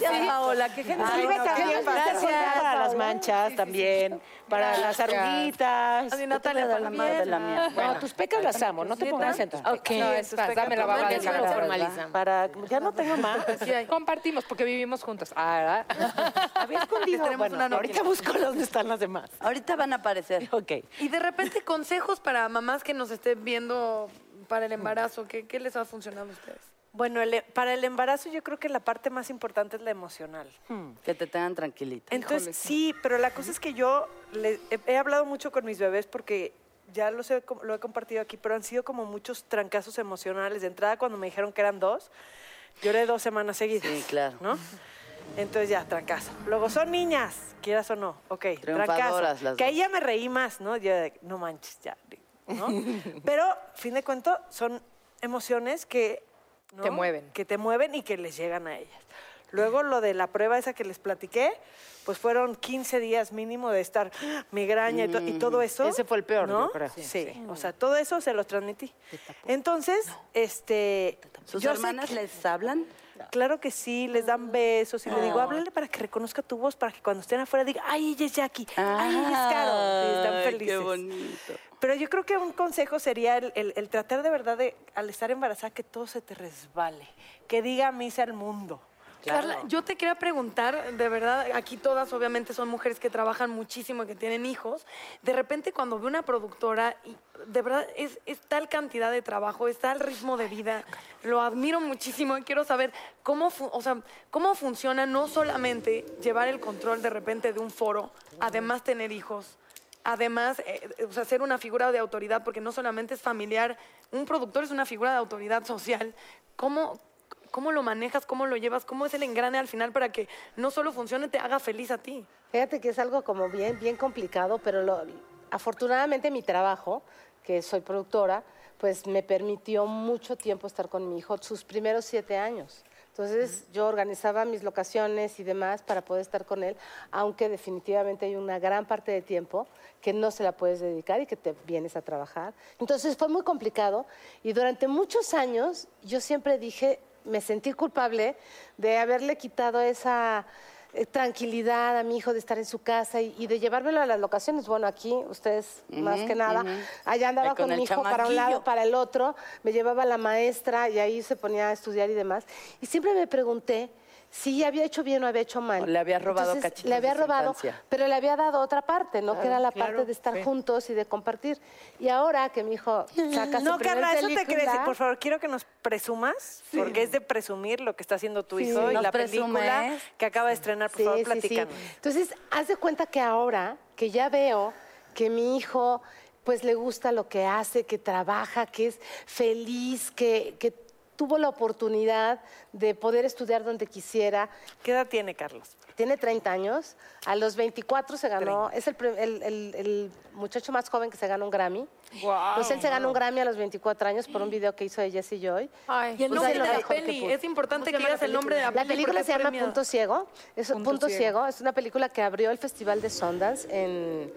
Paola, qué genial. Ay, Bueno, también qué para, gracias. para las manchas, también, para las arruguitas. A mi Natalia de la mía, de la mía. Bueno, tus pecas las amo, no te pongas en tus pecas. Ok, es más, dame la baba de Para- cara. Para, ya no tengo más. Compartimos porque vivimos juntos. Ah, ¿verdad? Había escondido. Tenemos Bueno, una ahorita busco dónde están las demás. Ahorita van a aparecer. Ok. Y de repente, consejos para mamás que nos estén viendo para el embarazo. ¿Qué, qué les ha funcionado a ustedes? Bueno, el- para el embarazo yo creo que la parte más importante es la emocional. Que te tengan tranquilita. Entonces, sí, pero la cosa es que yo le- he, he hablado mucho con mis bebés porque ya los he, lo he compartido aquí, pero han sido como muchos trancazos emocionales. De entrada, cuando me dijeron que eran dos, lloré dos semanas seguidas. Sí, claro. ¿No? Entonces ya, trancazo. Luego, son niñas, quieras o no. Ok, Triunfadoras trancazo. las Que ahí dos. ya me reí más, ¿no? Yo, de, no manches, ya. ¿no? Pero, fin de cuento, son emociones que... ¿no? Te mueven. Que te mueven y que les llegan a ellas. Luego, lo de la prueba esa que les platiqué, pues fueron quince días mínimo de estar migraña y, to- y todo eso. Ese fue el peor, ¿no? yo creo. Sí, Sí. o sea, todo eso se los transmití. Entonces, este... ¿Sus yo sé hermanas que- les hablan? Claro que sí, les dan besos y le digo, háblale para que reconozca tu voz, para que cuando estén afuera diga, ay, ella es Jackie, ay, ella es Caro. Y están Ay, felices. qué bonito. Pero yo creo que un consejo sería el, el- el tratar de verdad de, al estar embarazada, que todo se te resbale, que diga misa al mundo. Carla, yo te quería preguntar, de verdad, aquí todas obviamente son mujeres que trabajan muchísimo y que tienen hijos. De repente cuando veo una productora, y de verdad es, es tal cantidad de trabajo, es tal ritmo de vida, lo admiro muchísimo y quiero saber cómo, fu- o sea, cómo funciona no solamente llevar el control de repente de un foro, además tener hijos. Además, eh, eh, o sea, ser una figura de autoridad, porque no solamente es familiar, un productor es una figura de autoridad social. ¿Cómo, cómo lo manejas, cómo lo llevas, cómo es el engrane al final para que no solo funcione, te haga feliz a ti? Fíjate que es algo como bien, bien complicado, pero lo- afortunadamente mi trabajo, que soy productora, pues me permitió mucho tiempo estar con mi hijo, sus primeros siete años. Entonces yo organizaba mis locaciones y demás para poder estar con él, aunque definitivamente hay una gran parte de tiempo que no se la puedes dedicar y que te vienes a trabajar. Entonces fue muy complicado y durante muchos años yo siempre dije, me sentí culpable de haberle quitado esa eh, tranquilidad a mi hijo de estar en su casa y, y de llevármelo a las locaciones. Bueno, aquí ustedes más Ujú, que nada. ujú. Allá andaba Ahí con con el mi hijo para un lado, chamaquillo. para el otro, me llevaba la maestra y ahí se ponía a estudiar y demás. Y siempre me pregunté si había hecho bien o había hecho mal. Le había robado Entonces, cachitos le había de su robado, infancia. pero le había dado otra parte, ¿no? Claro, que era la claro, parte de estar sí. juntos y de compartir. Y ahora que mi hijo saca su No, primer Carla, eso te película, quiere decir, por favor, quiero que nos presumas, porque es de presumir lo que está haciendo tu Sí. hijo y Nos la película presumes. que acaba de estrenar, por Sí, favor, sí, sí. platícanos. Entonces, haz de cuenta que ahora que ya veo que mi hijo pues le gusta lo que hace, que trabaja, que es feliz, que, que tuvo la oportunidad de poder estudiar donde quisiera. ¿Qué edad tiene Carlos? Tiene treinta años, a los veinticuatro se ganó, es el, pre- el- el- el muchacho más joven que se gana un Grammy. Wow. Pues él se ganó un Grammy a los veinticuatro años por un video que hizo de Jessie Joy. Ay, Y el Pues nombre es lo de la mejor que peli, pudo. es importante ¿Cómo que se llama digas el nombre de la peli. La película porque se es llama premiada. Punto Ciego. Es Punto Punto, Ciego. Ciego. Es una película que abrió el Festival de Sundance en,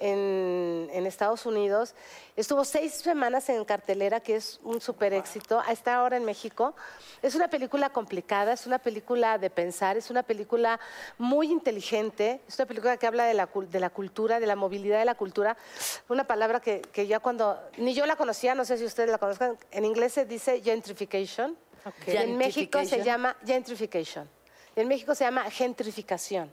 en, en Estados Unidos. Estuvo seis semanas en cartelera, que es un súper éxito. Está ahora en México. Es una película complicada, es una película de pensar, es una película muy inteligente, es una película que habla de la, cul- de la cultura, de la movilidad de la cultura. Una palabra que, que ya cuando, ni yo la conocía, no sé si ustedes la conozcan, en inglés se dice gentrification. Y en México se Gentrification. llama gentrification. En México se llama gentrificación.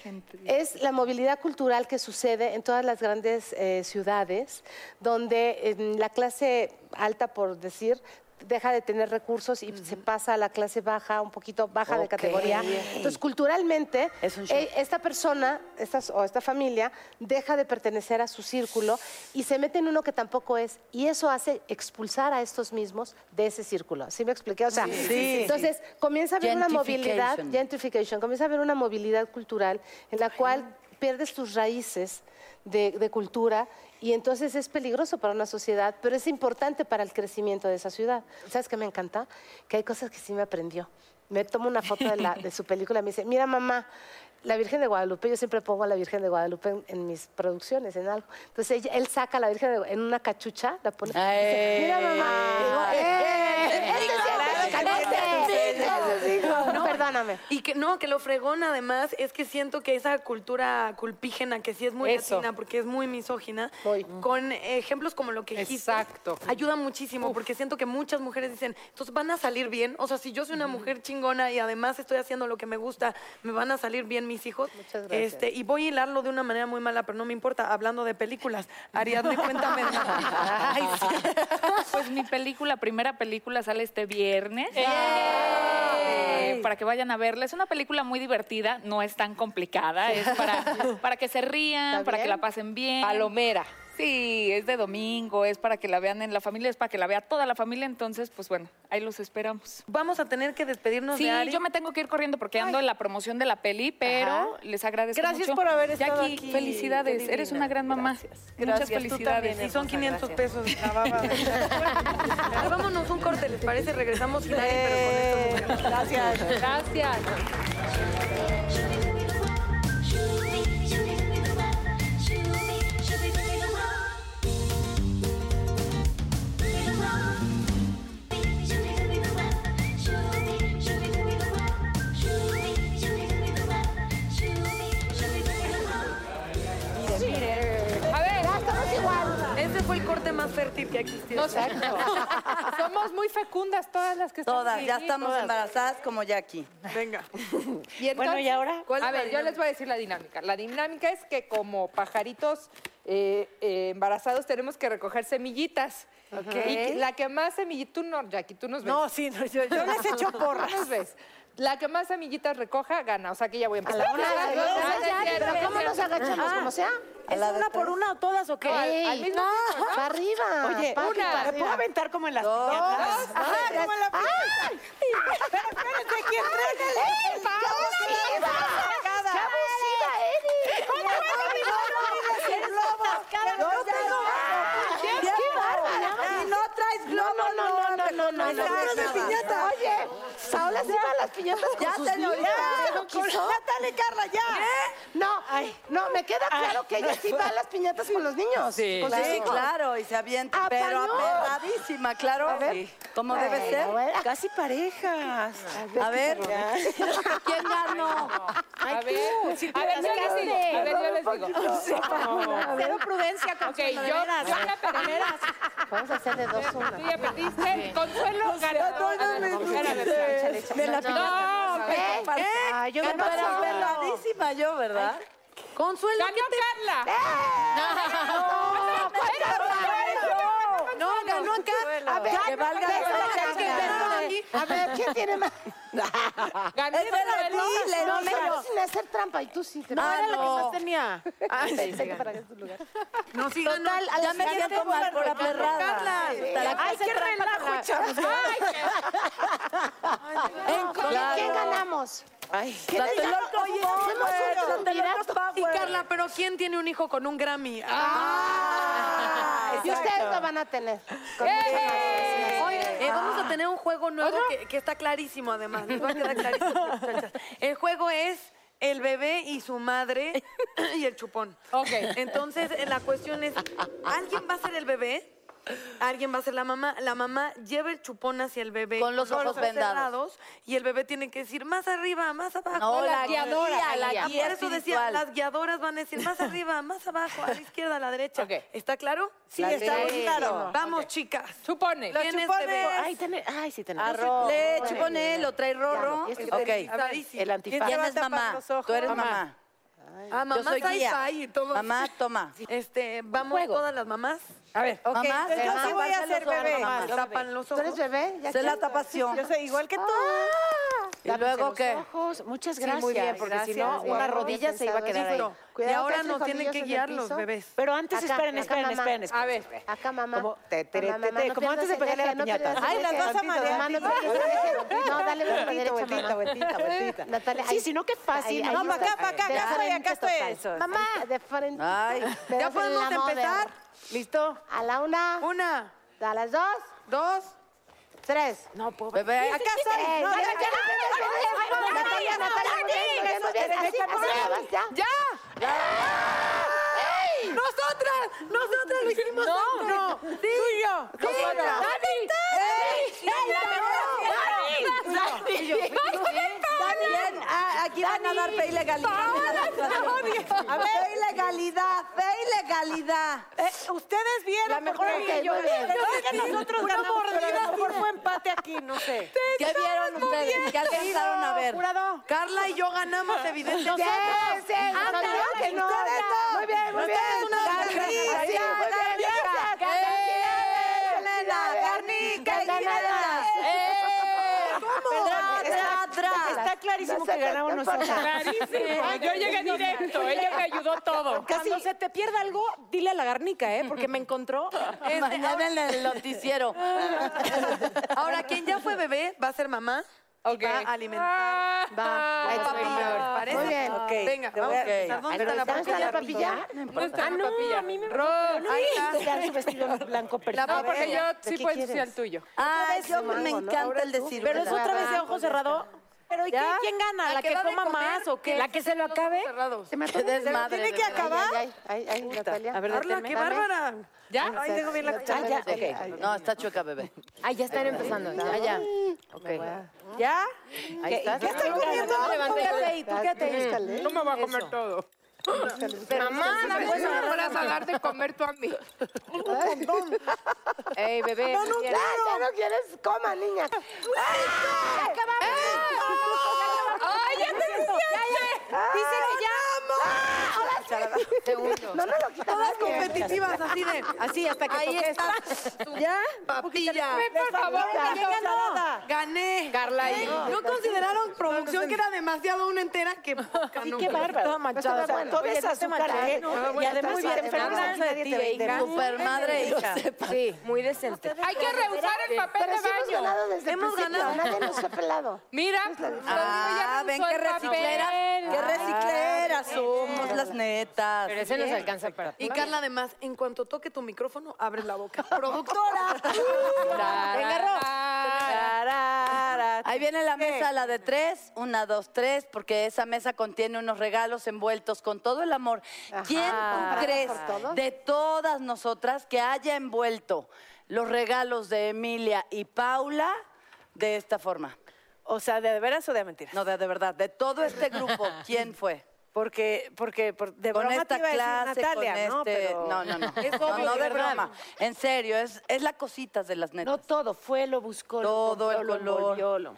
Es la movilidad cultural que sucede en todas las grandes eh, ciudades, donde eh, la clase alta, por decir, deja de tener recursos y se pasa a la clase baja, un poquito baja de Ok. categoría. Entonces, culturalmente, Es un shock. eh, esta persona estas, o esta familia deja de pertenecer a su círculo y se mete en uno que tampoco es. Y eso hace expulsar a estos mismos de ese círculo. ¿Sí me expliqué? O sea, Sí, sí, sí. entonces comienza a haber una movilidad, Gentrification. gentrification, comienza a haber una movilidad cultural en la cual pierdes tus raíces de, de cultura y entonces es peligroso para una sociedad, pero es importante para el crecimiento de esa ciudad. ¿Sabes qué me encanta? Que hay cosas que sí me aprendió. Me tomo una foto de, la, de su película y me dice, mira mamá, la Virgen de Guadalupe, yo siempre pongo a la Virgen de Guadalupe en, en mis producciones, en algo. Entonces ella- él saca a la Virgen de- en una cachucha, la pone, y dice, mira mamá, digo, ¡eh! ¡Eh! ¡Este sí es- ¡Este sí es- Perdón, Perdóname. Y que no, que lo fregón además es que siento que esa cultura culpígena, que sí es muy Eso. latina, porque es muy misógina, con ejemplos como lo que dijiste, Exacto. ayuda muchísimo, porque siento que muchas mujeres dicen, entonces van a salir bien, o sea, si yo soy una mujer chingona y además estoy haciendo lo que me gusta, me van a salir bien mis hijos. Muchas gracias. Este, y voy a hilarlo de una manera muy mala, pero no me importa, hablando de películas. Ariadne, cuéntame. Ay, sí. Pues mi película, primera película, sale este viernes. Eh, para que vayan a verla. Es una película muy divertida, no es tan complicada, es para, para que se rían, para que la pasen bien. Palomera. Sí, es de domingo, es para que la vean en la familia, es para que la vea toda la familia, entonces, pues bueno, ahí los esperamos. Vamos a tener que despedirnos Sí, de Ari. yo me tengo que ir corriendo porque ando en la promoción de la peli, pero Ajá. les agradezco Gracias mucho. por haber estado Jackie, aquí. felicidades, Qué eres divina. una gran mamá. Gracias. Muchas Gracias, tú felicidades. también, son quinientos pesos la baba. Ay, vámonos un corte, ¿les parece? Regresamos sin Ari, pero con estos mujeres. Gracias. Gracias. A ver, ya estamos igual. Ese fue el corte más fértil que ha existido. No, exacto. Somos muy fecundas todas las que estamos Todas, aquí, ya estamos todas. embarazadas como Jackie. Venga. Y entonces, Bueno, ¿y ahora? ¿Cuál es A la ver, yo dinámica? les voy a decir la dinámica. La dinámica es que como pajaritos eh, eh, embarazados tenemos que recoger semillitas. Ok. Y que- la que más semillitas... Tú no, Jackie, tú nos ves. No, sí, no, yo, yo les echo porras. Tú nos ves. La que más semillitas recoja, gana. O sea que ya voy a empezar. A la una, a la dos, No, a la no es ya, cierto, pero no es ¿cómo nos cierto. agachamos? Ah. ¿Cómo sea? ¿Es una por una o todas o qué? Ey, al mismo no, tiempo, ¿no? para arriba. Oye, pa' una, arriba. ¿me puedo aventar como en las Dos. piñatas? Ajá, como en la piñata. Pero espérense, ¿quién trae? ¡Ey, qué abusiva! ¡Qué abusiva, Eri! ¿Cómo vas a mirar? ¡El globo! Yo tengo- ¡Qué bárbara! Y no traes globo, No, no, no, no, no, no, no, traes no. piñata. Oye, Saúl se va a las piñatas con Ya, sus señorita. niños. ¿No quiso? Natalia, Carla, ya. No, no, me queda claro que ella sí va a las piñatas con los niños. Sí. con sus Sí, hijos. claro, y se avienta, Apañó. pero aperradísima, claro. A ver. Sí. Como debe Bueno, ser. bueno. Casi parejas. A ver, ¿quién ganó? A ver, a ver, yo les digo. A ver, yo les digo. Cero prudencia, Ok, yo, yo ya perdí. Vamos a hacer de dos una. Tú ya perdiste. Consuelo ganó. no, no, A ver, me a ver, a ver, échale, échale. De la No, piñata. ¿qué? ¿Eh? Ah, yo Pero gané. aperradísima yo, ¿verdad? Consuelo, Ganó Carla. no, ganó acá. A ver, Que valga espera, la espera, pena. espera. A ver, ¿quién tiene más? Ganó Espera, Consuelo. dile, No, dile. pero sin hacer trampa. Y tú sí. Te Ah, era la que no. más tenía. Pensé que para que es tu lugar. No, sí ganó. Total, ya me siento mal por aperrada. Carla. Ay, qué relajo, chavos. ¿Con quién ganamos? Ay, ¿Quién es Tlatelolco ganó? Oye, Power, hacemos un Tlatelolco triunvirato. Y Power. Carla, pero ¿quién tiene un hijo con un Grammy? Ah, Y ustedes lo van a tener. Con ¡Eh! Oye, eh, vamos a tener un juego nuevo que, que está clarísimo, además. Les va a quedar clarísimo, muchachas. El juego es el bebé y su madre y el chupón. Ok. Entonces, eh, la cuestión es, ¿alguien va a ser el bebé? Alguien va a ser la mamá. La mamá lleva el chupón hacia el bebé. Con los ojos vendados. cerrados, y el bebé tiene que decir más arriba, más abajo. No, la guiadora, guía, la Ah, guía por eso decía, espiritual. las guiadoras van a decir más arriba, más abajo, a la izquierda, a la derecha. Ok. ¿Está claro? Sí, está muy claro. Vamos, chicas. Chupones. Los ¿Quién es chupones. bebé? Ay, tener, ay, sí tenemos. Arroz. Le chupone, lo trae Rorro. Ya, y este Ok. Utilizadísimo. El antifaz. ¿Quién es mamá? Tú eres mamá. Ah, mamá Yo soy guía. sci-fi y todo. Mamá, toma. Este, vamos juego. todas las mamás. A ver, mamá, Yo sí voy a ser bebé. Mamá. Tapan los ¿Tú ojos. eres bebé? ¿Ya Se la quieres? tapación. Yo soy igual que tú. ¿Y luego los qué? ojos. Muchas Sí, gracias. muy bien, porque si no, Gracias. una rodilla se iba a quedar ahí. Y ahora nos tienen que guiar los bebés. Pero antes, Acá, esperen, acá, esperen, mamá. esperen, esperen. A ver. Acá, mamá. Como, te, te, Mamá, te, mamá, te, no como antes de pierdas pegarle a la el eje, no piñata. pierdas Ay, el las eje. vas a marear. Mamá, no pierdas el eje. No, dale vuelta a la derecha, Vueltita, mamá. vueltita, vueltita. Natalia, Sí, ahí- sí, no, qué fácil. ahí- No, ahí para acá, está. para acá, De acá estoy, frente acá estoy. total. Mamá, de frente. Ay. Pero ¿Ya con podemos la moda. empezar? ¿Listo? A la una, Una, a las dos, dos. tres. No, puedo. Bebé. Acá estoy. Eh, No, ya, ya, ya, ya, ya, ya, Natalia, Natalia, muy bien, muy bien, muy bien. Así, así nada más, ya. ¡Ya! ¡Nosotras! ¡Nosotras lo hicimos! No, antes. no. Sí. Tú y yo. Sí. ¡Dani! ¡Ey! ¡Dani! ¡Dani! ¡Dani! aquí van a dar fe y legalidad. A ver, fe y legalidad, fe y legalidad. Eh, ustedes vieron. La mejor porque amiga, yo yo bien. Yo sé que nosotros Una ganamos, pero mordida, a lo mejor fue empate aquí, no sé. ¿Qué vieron ustedes? ¿Qué alcanzaron a ver? Jurado. Carla y yo ganamos, evidentemente. Sí, sí, Ah, no, no, no, que no. ustedes no. Muy bien, muy bien. Ustedes una Garnica, garnica, sí, muy bien, garnica. Garnica. Elena, Garnica y Elena. ¿Cómo? Tra, tra, tra. Está clarísimo que ganamos nosotros. Clarísimo. Yo llegué directo. Ella me ayudó todo. Cuando se te pierda algo, dile a la garnica, ¿eh? Porque me encontró. Este, Mañana en el noticiero. Ahora, quien ya fue bebé va a ser mamá. Ok. Va a alimentar. Va. Ay, papilla, ¿les parece? Muy bien. Ok. Venga, Te vamos voy a a- empezar. ¿Dónde está la ¿Dónde está la papilla? papilla? No está Ah, la no, papilla. a mí me Ro- Ahí está. Ya su vestido blanco perfecto. No, porque yo ¿De sí qué puedo ensuciar quieres? el tuyo. Ay, yo Mango, me ¿no? encanta el decir. Pero es otra vez de ojo cerrado. Pero ¿y qué? ¿Ya? ¿Quién gana? ¿La ¿La que que da de coma comer? más o qué? ¿La que se lo acabe? Cerrados. Se me Qué acabó. desmadre. ¿Tiene que de verdad. acabar? Ay, ay, ay, Natalia. A ver, Carla, détenme. qué Dame. bárbara. ¿Ya? Ay, tengo bien la Ah, cuchara. ya, Ok. ok. No, está chueca, bebé. Ay, ya están empezando. Ya, ya. Ok. ¿Ya? Ahí está. ¿Qué están comiendo? Tú quédate ahí, tú quédate ahí. No me voy a comer todo. Mamá, dame Pues no me vas a dar de comer tú a mí. Ey, bebé. No, no, ya, ya no quieres, coma, niña. ¡Ay, ya te Dice que ya. Segundo. No me lo quitas. Todas competitivas, así de. Así hasta que Ahí toque está. esta. ¿Ya? Papilla. Por favor, ¿Quién ganó? Gané. Carla y... No consideraron producción que era demasiado una entera que poca, ¿no? Qué bárbaro. Toda manchada. Está bueno. Todo es Oye, no te azúcar, manches. ¿eh? No, Y además muy te bien, enfermas Fernanda. mucho de ti, Nadie te venga. Super madre e hija. Sí, muy decente. Hay que rehusar el papel Pero de sí hemos baño. ganado desde el Hemos principio. ganado. Nadie nos ha pelado. Mira, Ah, ven qué recicleras. Qué recicleras somos las netas. Pero ese nos alcanza para ti. Y Carla, además, en cuanto toque tu micrófono, abres la boca. ¡Productora! Venga, Ro. Ahí viene la mesa, la de tres. Una, dos, tres, porque esa mesa contiene unos regalos envueltos con todo el amor. ¿Quién tú crees ¿Por todos? de todas nosotras que haya envuelto los regalos de Emilia y Paula de esta forma? O sea, ¿de veras o de mentiras? No, de, de verdad, de todo este grupo, ¿quién fue? Porque, porque por- de Con broma esta te iba a decir clase, Natalia, con ¿no? este... Pero... No, no, no. Es No, obvio, no de ¿verdad? broma. En serio, es, es la cositas de las netas. No todo, fue, lo buscó, Todo lo el compró, lo color. envolvió, lo-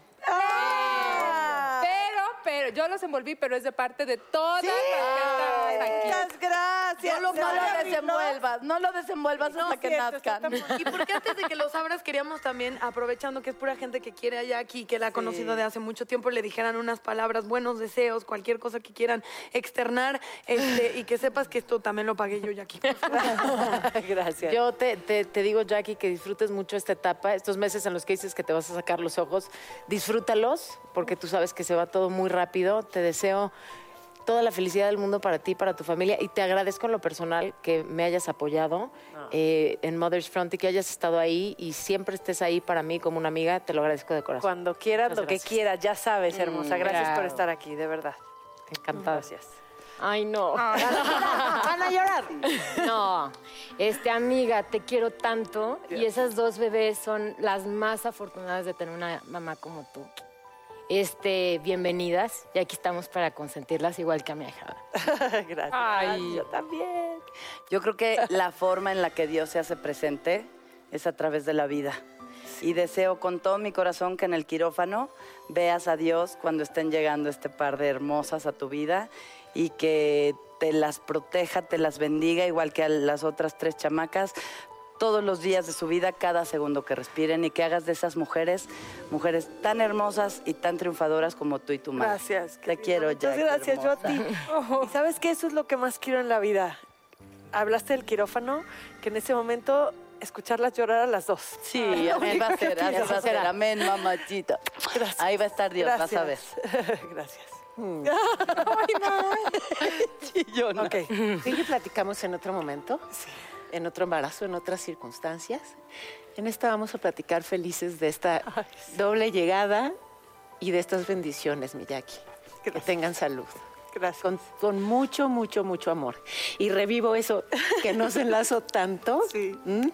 Pero, pero, yo los envolví, pero es de parte de todas las que estamos aquí. Muchas gracias. No lo, no lo desenvuelvas, no lo desenvuelvas hasta que nazcan. Y porque antes de que los abras, queríamos también, aprovechando que es pura gente que quiere allá aquí, que la ha conocido de hace mucho tiempo, le dijeran unas palabras, buenos deseos, cualquier cosa que quieran externar, este, y que sepas que esto también lo pagué yo, Jackie. Gracias. Yo te, te, te digo, Jackie, que disfrutes mucho esta etapa, estos meses en los que dices que te vas a sacar los ojos, disfrútalos, porque tú sabes que se va todo muy rápido. Te deseo toda la felicidad del mundo para ti, para tu familia, y te agradezco en lo personal que me hayas apoyado eh, en Mother's Front y que hayas estado ahí y siempre estés ahí para mí como una amiga. Te lo agradezco de corazón. Cuando quieras, Muchas lo que gracias. quieras, ya sabes, hermosa. Gracias por claro. estar aquí, de verdad. Encantada. Gracias. Ay, no. ¿Van a llorar? No, este, amiga, te quiero tanto y esas dos bebés son las más afortunadas de tener una mamá como tú. Este, bienvenidas y aquí estamos para consentirlas igual que a mi hija. Gracias. Ay. Yo también. Yo creo que la forma en la que Dios se hace presente es a través de la vida. Y deseo con todo mi corazón que en el quirófano veas a Dios cuando estén llegando este par de hermosas a tu vida y que te las proteja, te las bendiga, igual que a las otras tres chamacas, todos los días de su vida, cada segundo que respiren, y que hagas de esas mujeres, mujeres tan hermosas y tan triunfadoras como tú y tu madre. Gracias. Te quiero, Muchas Jackie, gracias, yo a hermosa. ti. ¿Y sabes qué? Eso es lo que más quiero en la vida. Hablaste del quirófano, que en ese momento escucharlas llorar a las dos. Sí, amén va a ser, así va a ser, amén, mamachita. Gracias. Ahí va a estar Dios, vas a ver. Gracias. Gracias. Ay, no. Chillona. Ok. ¿Sí que platicamos en otro momento? Sí. En otro embarazo, en otras circunstancias. En esta vamos a platicar felices de esta Ay, sí. doble llegada y de estas bendiciones, mi Jackie. Que tengan salud. Gracias. Con, con mucho, mucho, mucho amor. Y revivo eso que nos enlazo tanto. Sí. ¿Mm?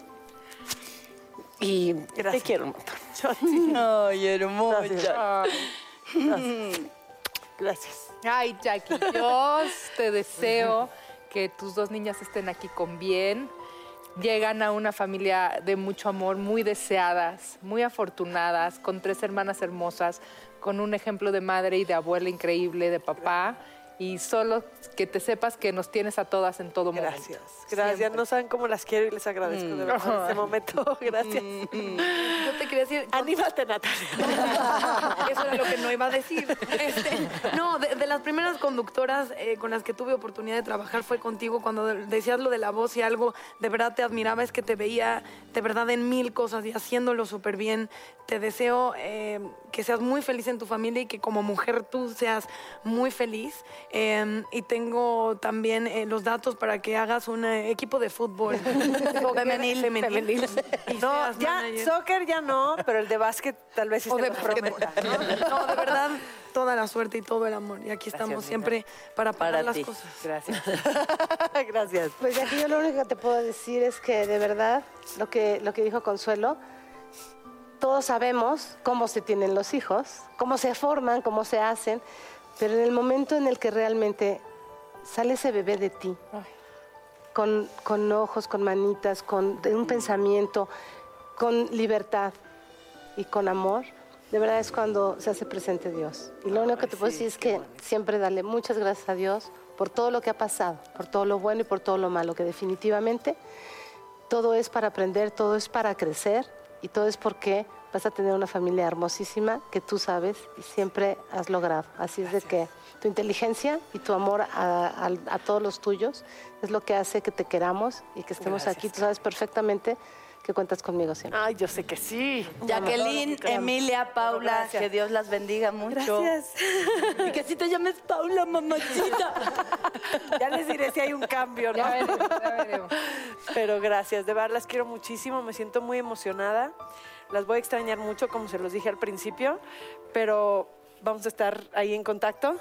Y Gracias. te quiero un montón. Yo a ti. Ay, hermosa. Gracias. Gracias. Ay, Jackie, yo te deseo que tus dos niñas estén aquí con bien. Llegan a una familia de mucho amor, muy deseadas, muy afortunadas, con tres hermanas hermosas, con un ejemplo de madre y de abuela increíble, de papá. Y solo que te sepas que nos tienes a todas en todo momento. Gracias. Gracias. Siempre. No saben cómo las quiero y les agradezco de verdad en este momento. Gracias. Yo te quería decir... Anímate, Natalia. Eso era lo que no iba a decir. Este, no, de, de las primeras conductoras eh, con las que tuve oportunidad de trabajar fue contigo. Cuando decías lo de la voz y algo, de verdad te admiraba, es que te veía de verdad en mil cosas y haciéndolo súper bien. Te deseo eh, que seas muy feliz en tu familia y que como mujer tú seas muy feliz. Eh, y tengo también eh, los datos para que hagas un eh, equipo de fútbol femenil. femenil. Y No, seas ya, manager. soccer ya no, pero el de básquet tal vez sí O se de nos prometa, ¿no? No, de verdad, toda la suerte y todo el amor. Y aquí estamos Gracias, siempre para pagar Para las ti. cosas. Gracias. Gracias. Pues aquí yo lo único que te puedo decir es que de verdad, lo que, lo que dijo Consuelo, todos sabemos cómo se tienen los hijos, cómo se forman, cómo se hacen, pero en el momento en el que realmente sale ese bebé de ti, con, con ojos, con manitas, con de un pensamiento, con libertad y con amor, de verdad es cuando se hace presente Dios. Y lo único que te puedo decir es que siempre darle muchas gracias a Dios por todo lo que ha pasado, por todo lo bueno y por todo lo malo, que definitivamente todo es para aprender, todo es para crecer y todo es porque vas a tener una familia hermosísima que tú sabes y siempre has logrado. Así es de que tu inteligencia y tu amor a, a, a todos los tuyos es lo que hace que te queramos y que estemos Gracias. aquí. Tú sabes perfectamente que cuentas conmigo siempre. Ay, yo sé que sí. Jacqueline, Emilia, Paula, Gracias. que Dios las bendiga mucho. Gracias. Y que si te llames Paula, mamachita. Ya les diré si hay un cambio, ¿no? Ya veremos, ya veremos. Pero gracias, de verdad las quiero muchísimo, me siento muy emocionada. Las voy a extrañar mucho, como se los dije al principio, pero vamos a estar ahí en contacto.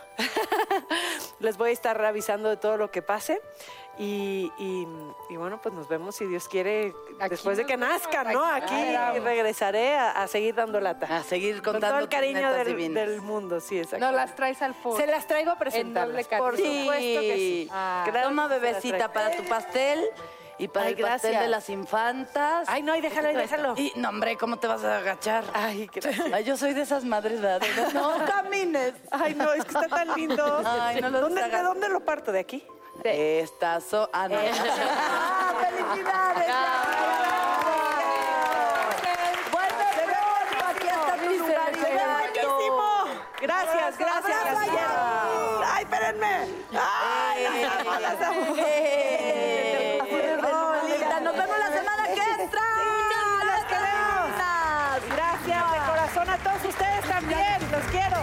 Les voy a estar avisando de todo lo que pase. Y, y, y bueno, pues nos vemos si Dios quiere Aquí después de nos que vemos, nazcan, ¿no? aquí Aquí esperamos. regresaré a, a seguir dando lata. A seguir Con contando todo el tus cariño netas del, divinas. del mundo, sí, exacto. No las traes al foro. Se las traigo a En doble presentarlas, cartera. por supuesto que sí. Ah. Claro Toma, que se las bebecita, traigo. para tu pastel y para Ay, el pastel gracias. de las infantas. Ay, no, y déjalo, y déjalo. Y, no, hombre, ¿cómo te vas a agachar? Ay, gracias. Ay, yo soy de esas madres, ¿verdad? No camines. Ay, no, es que está tan lindo. Ay, no lo ¿Dónde, hagas. ¿De dónde lo parto? ¿De aquí? Estas son... Ah, no. ¡Ah, felicidades! Bueno, pronto, aquí está tu lugar. ¡Buenísimo! Gracias, gracias. Abrazo Gracias. allá. ¡Ay, espérenme! ¡Ay, las amo, las amo! Eh, oh, linda, nos vemos la semana que entra. Sí, las queremos. Gracias de corazón a todos ustedes también. Los quiero.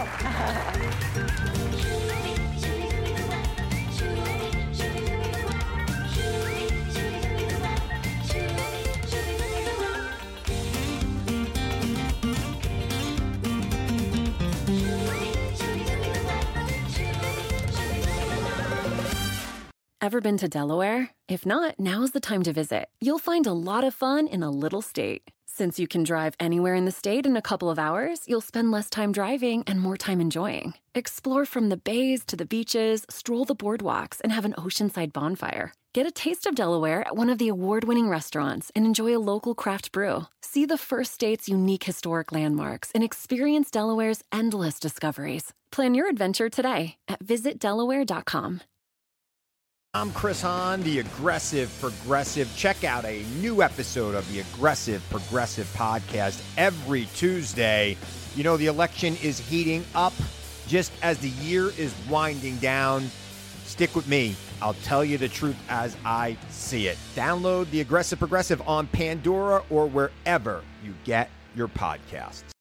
Ever been to Delaware? If not, now's the time to visit. You'll find a lot of fun in a little state. Since you can drive anywhere in the state in a couple of hours, you'll spend less time driving and more time enjoying. Explore from the bays to the beaches, stroll the boardwalks, and have an oceanside bonfire. Get a taste of Delaware at one of the award-winning restaurants and enjoy a local craft brew. See the first state's unique historic landmarks and experience Delaware's endless discoveries. Plan your adventure today at visit delaware dot com. I'm Chris Hahn, the Aggressive Progressive. Check out a new episode of the Aggressive Progressive podcast every Tuesday. You know, the election is heating up just as the year is winding down. Stick with me. I'll tell you the truth as I see it. Download the Aggressive Progressive on Pandora or wherever you get your podcasts.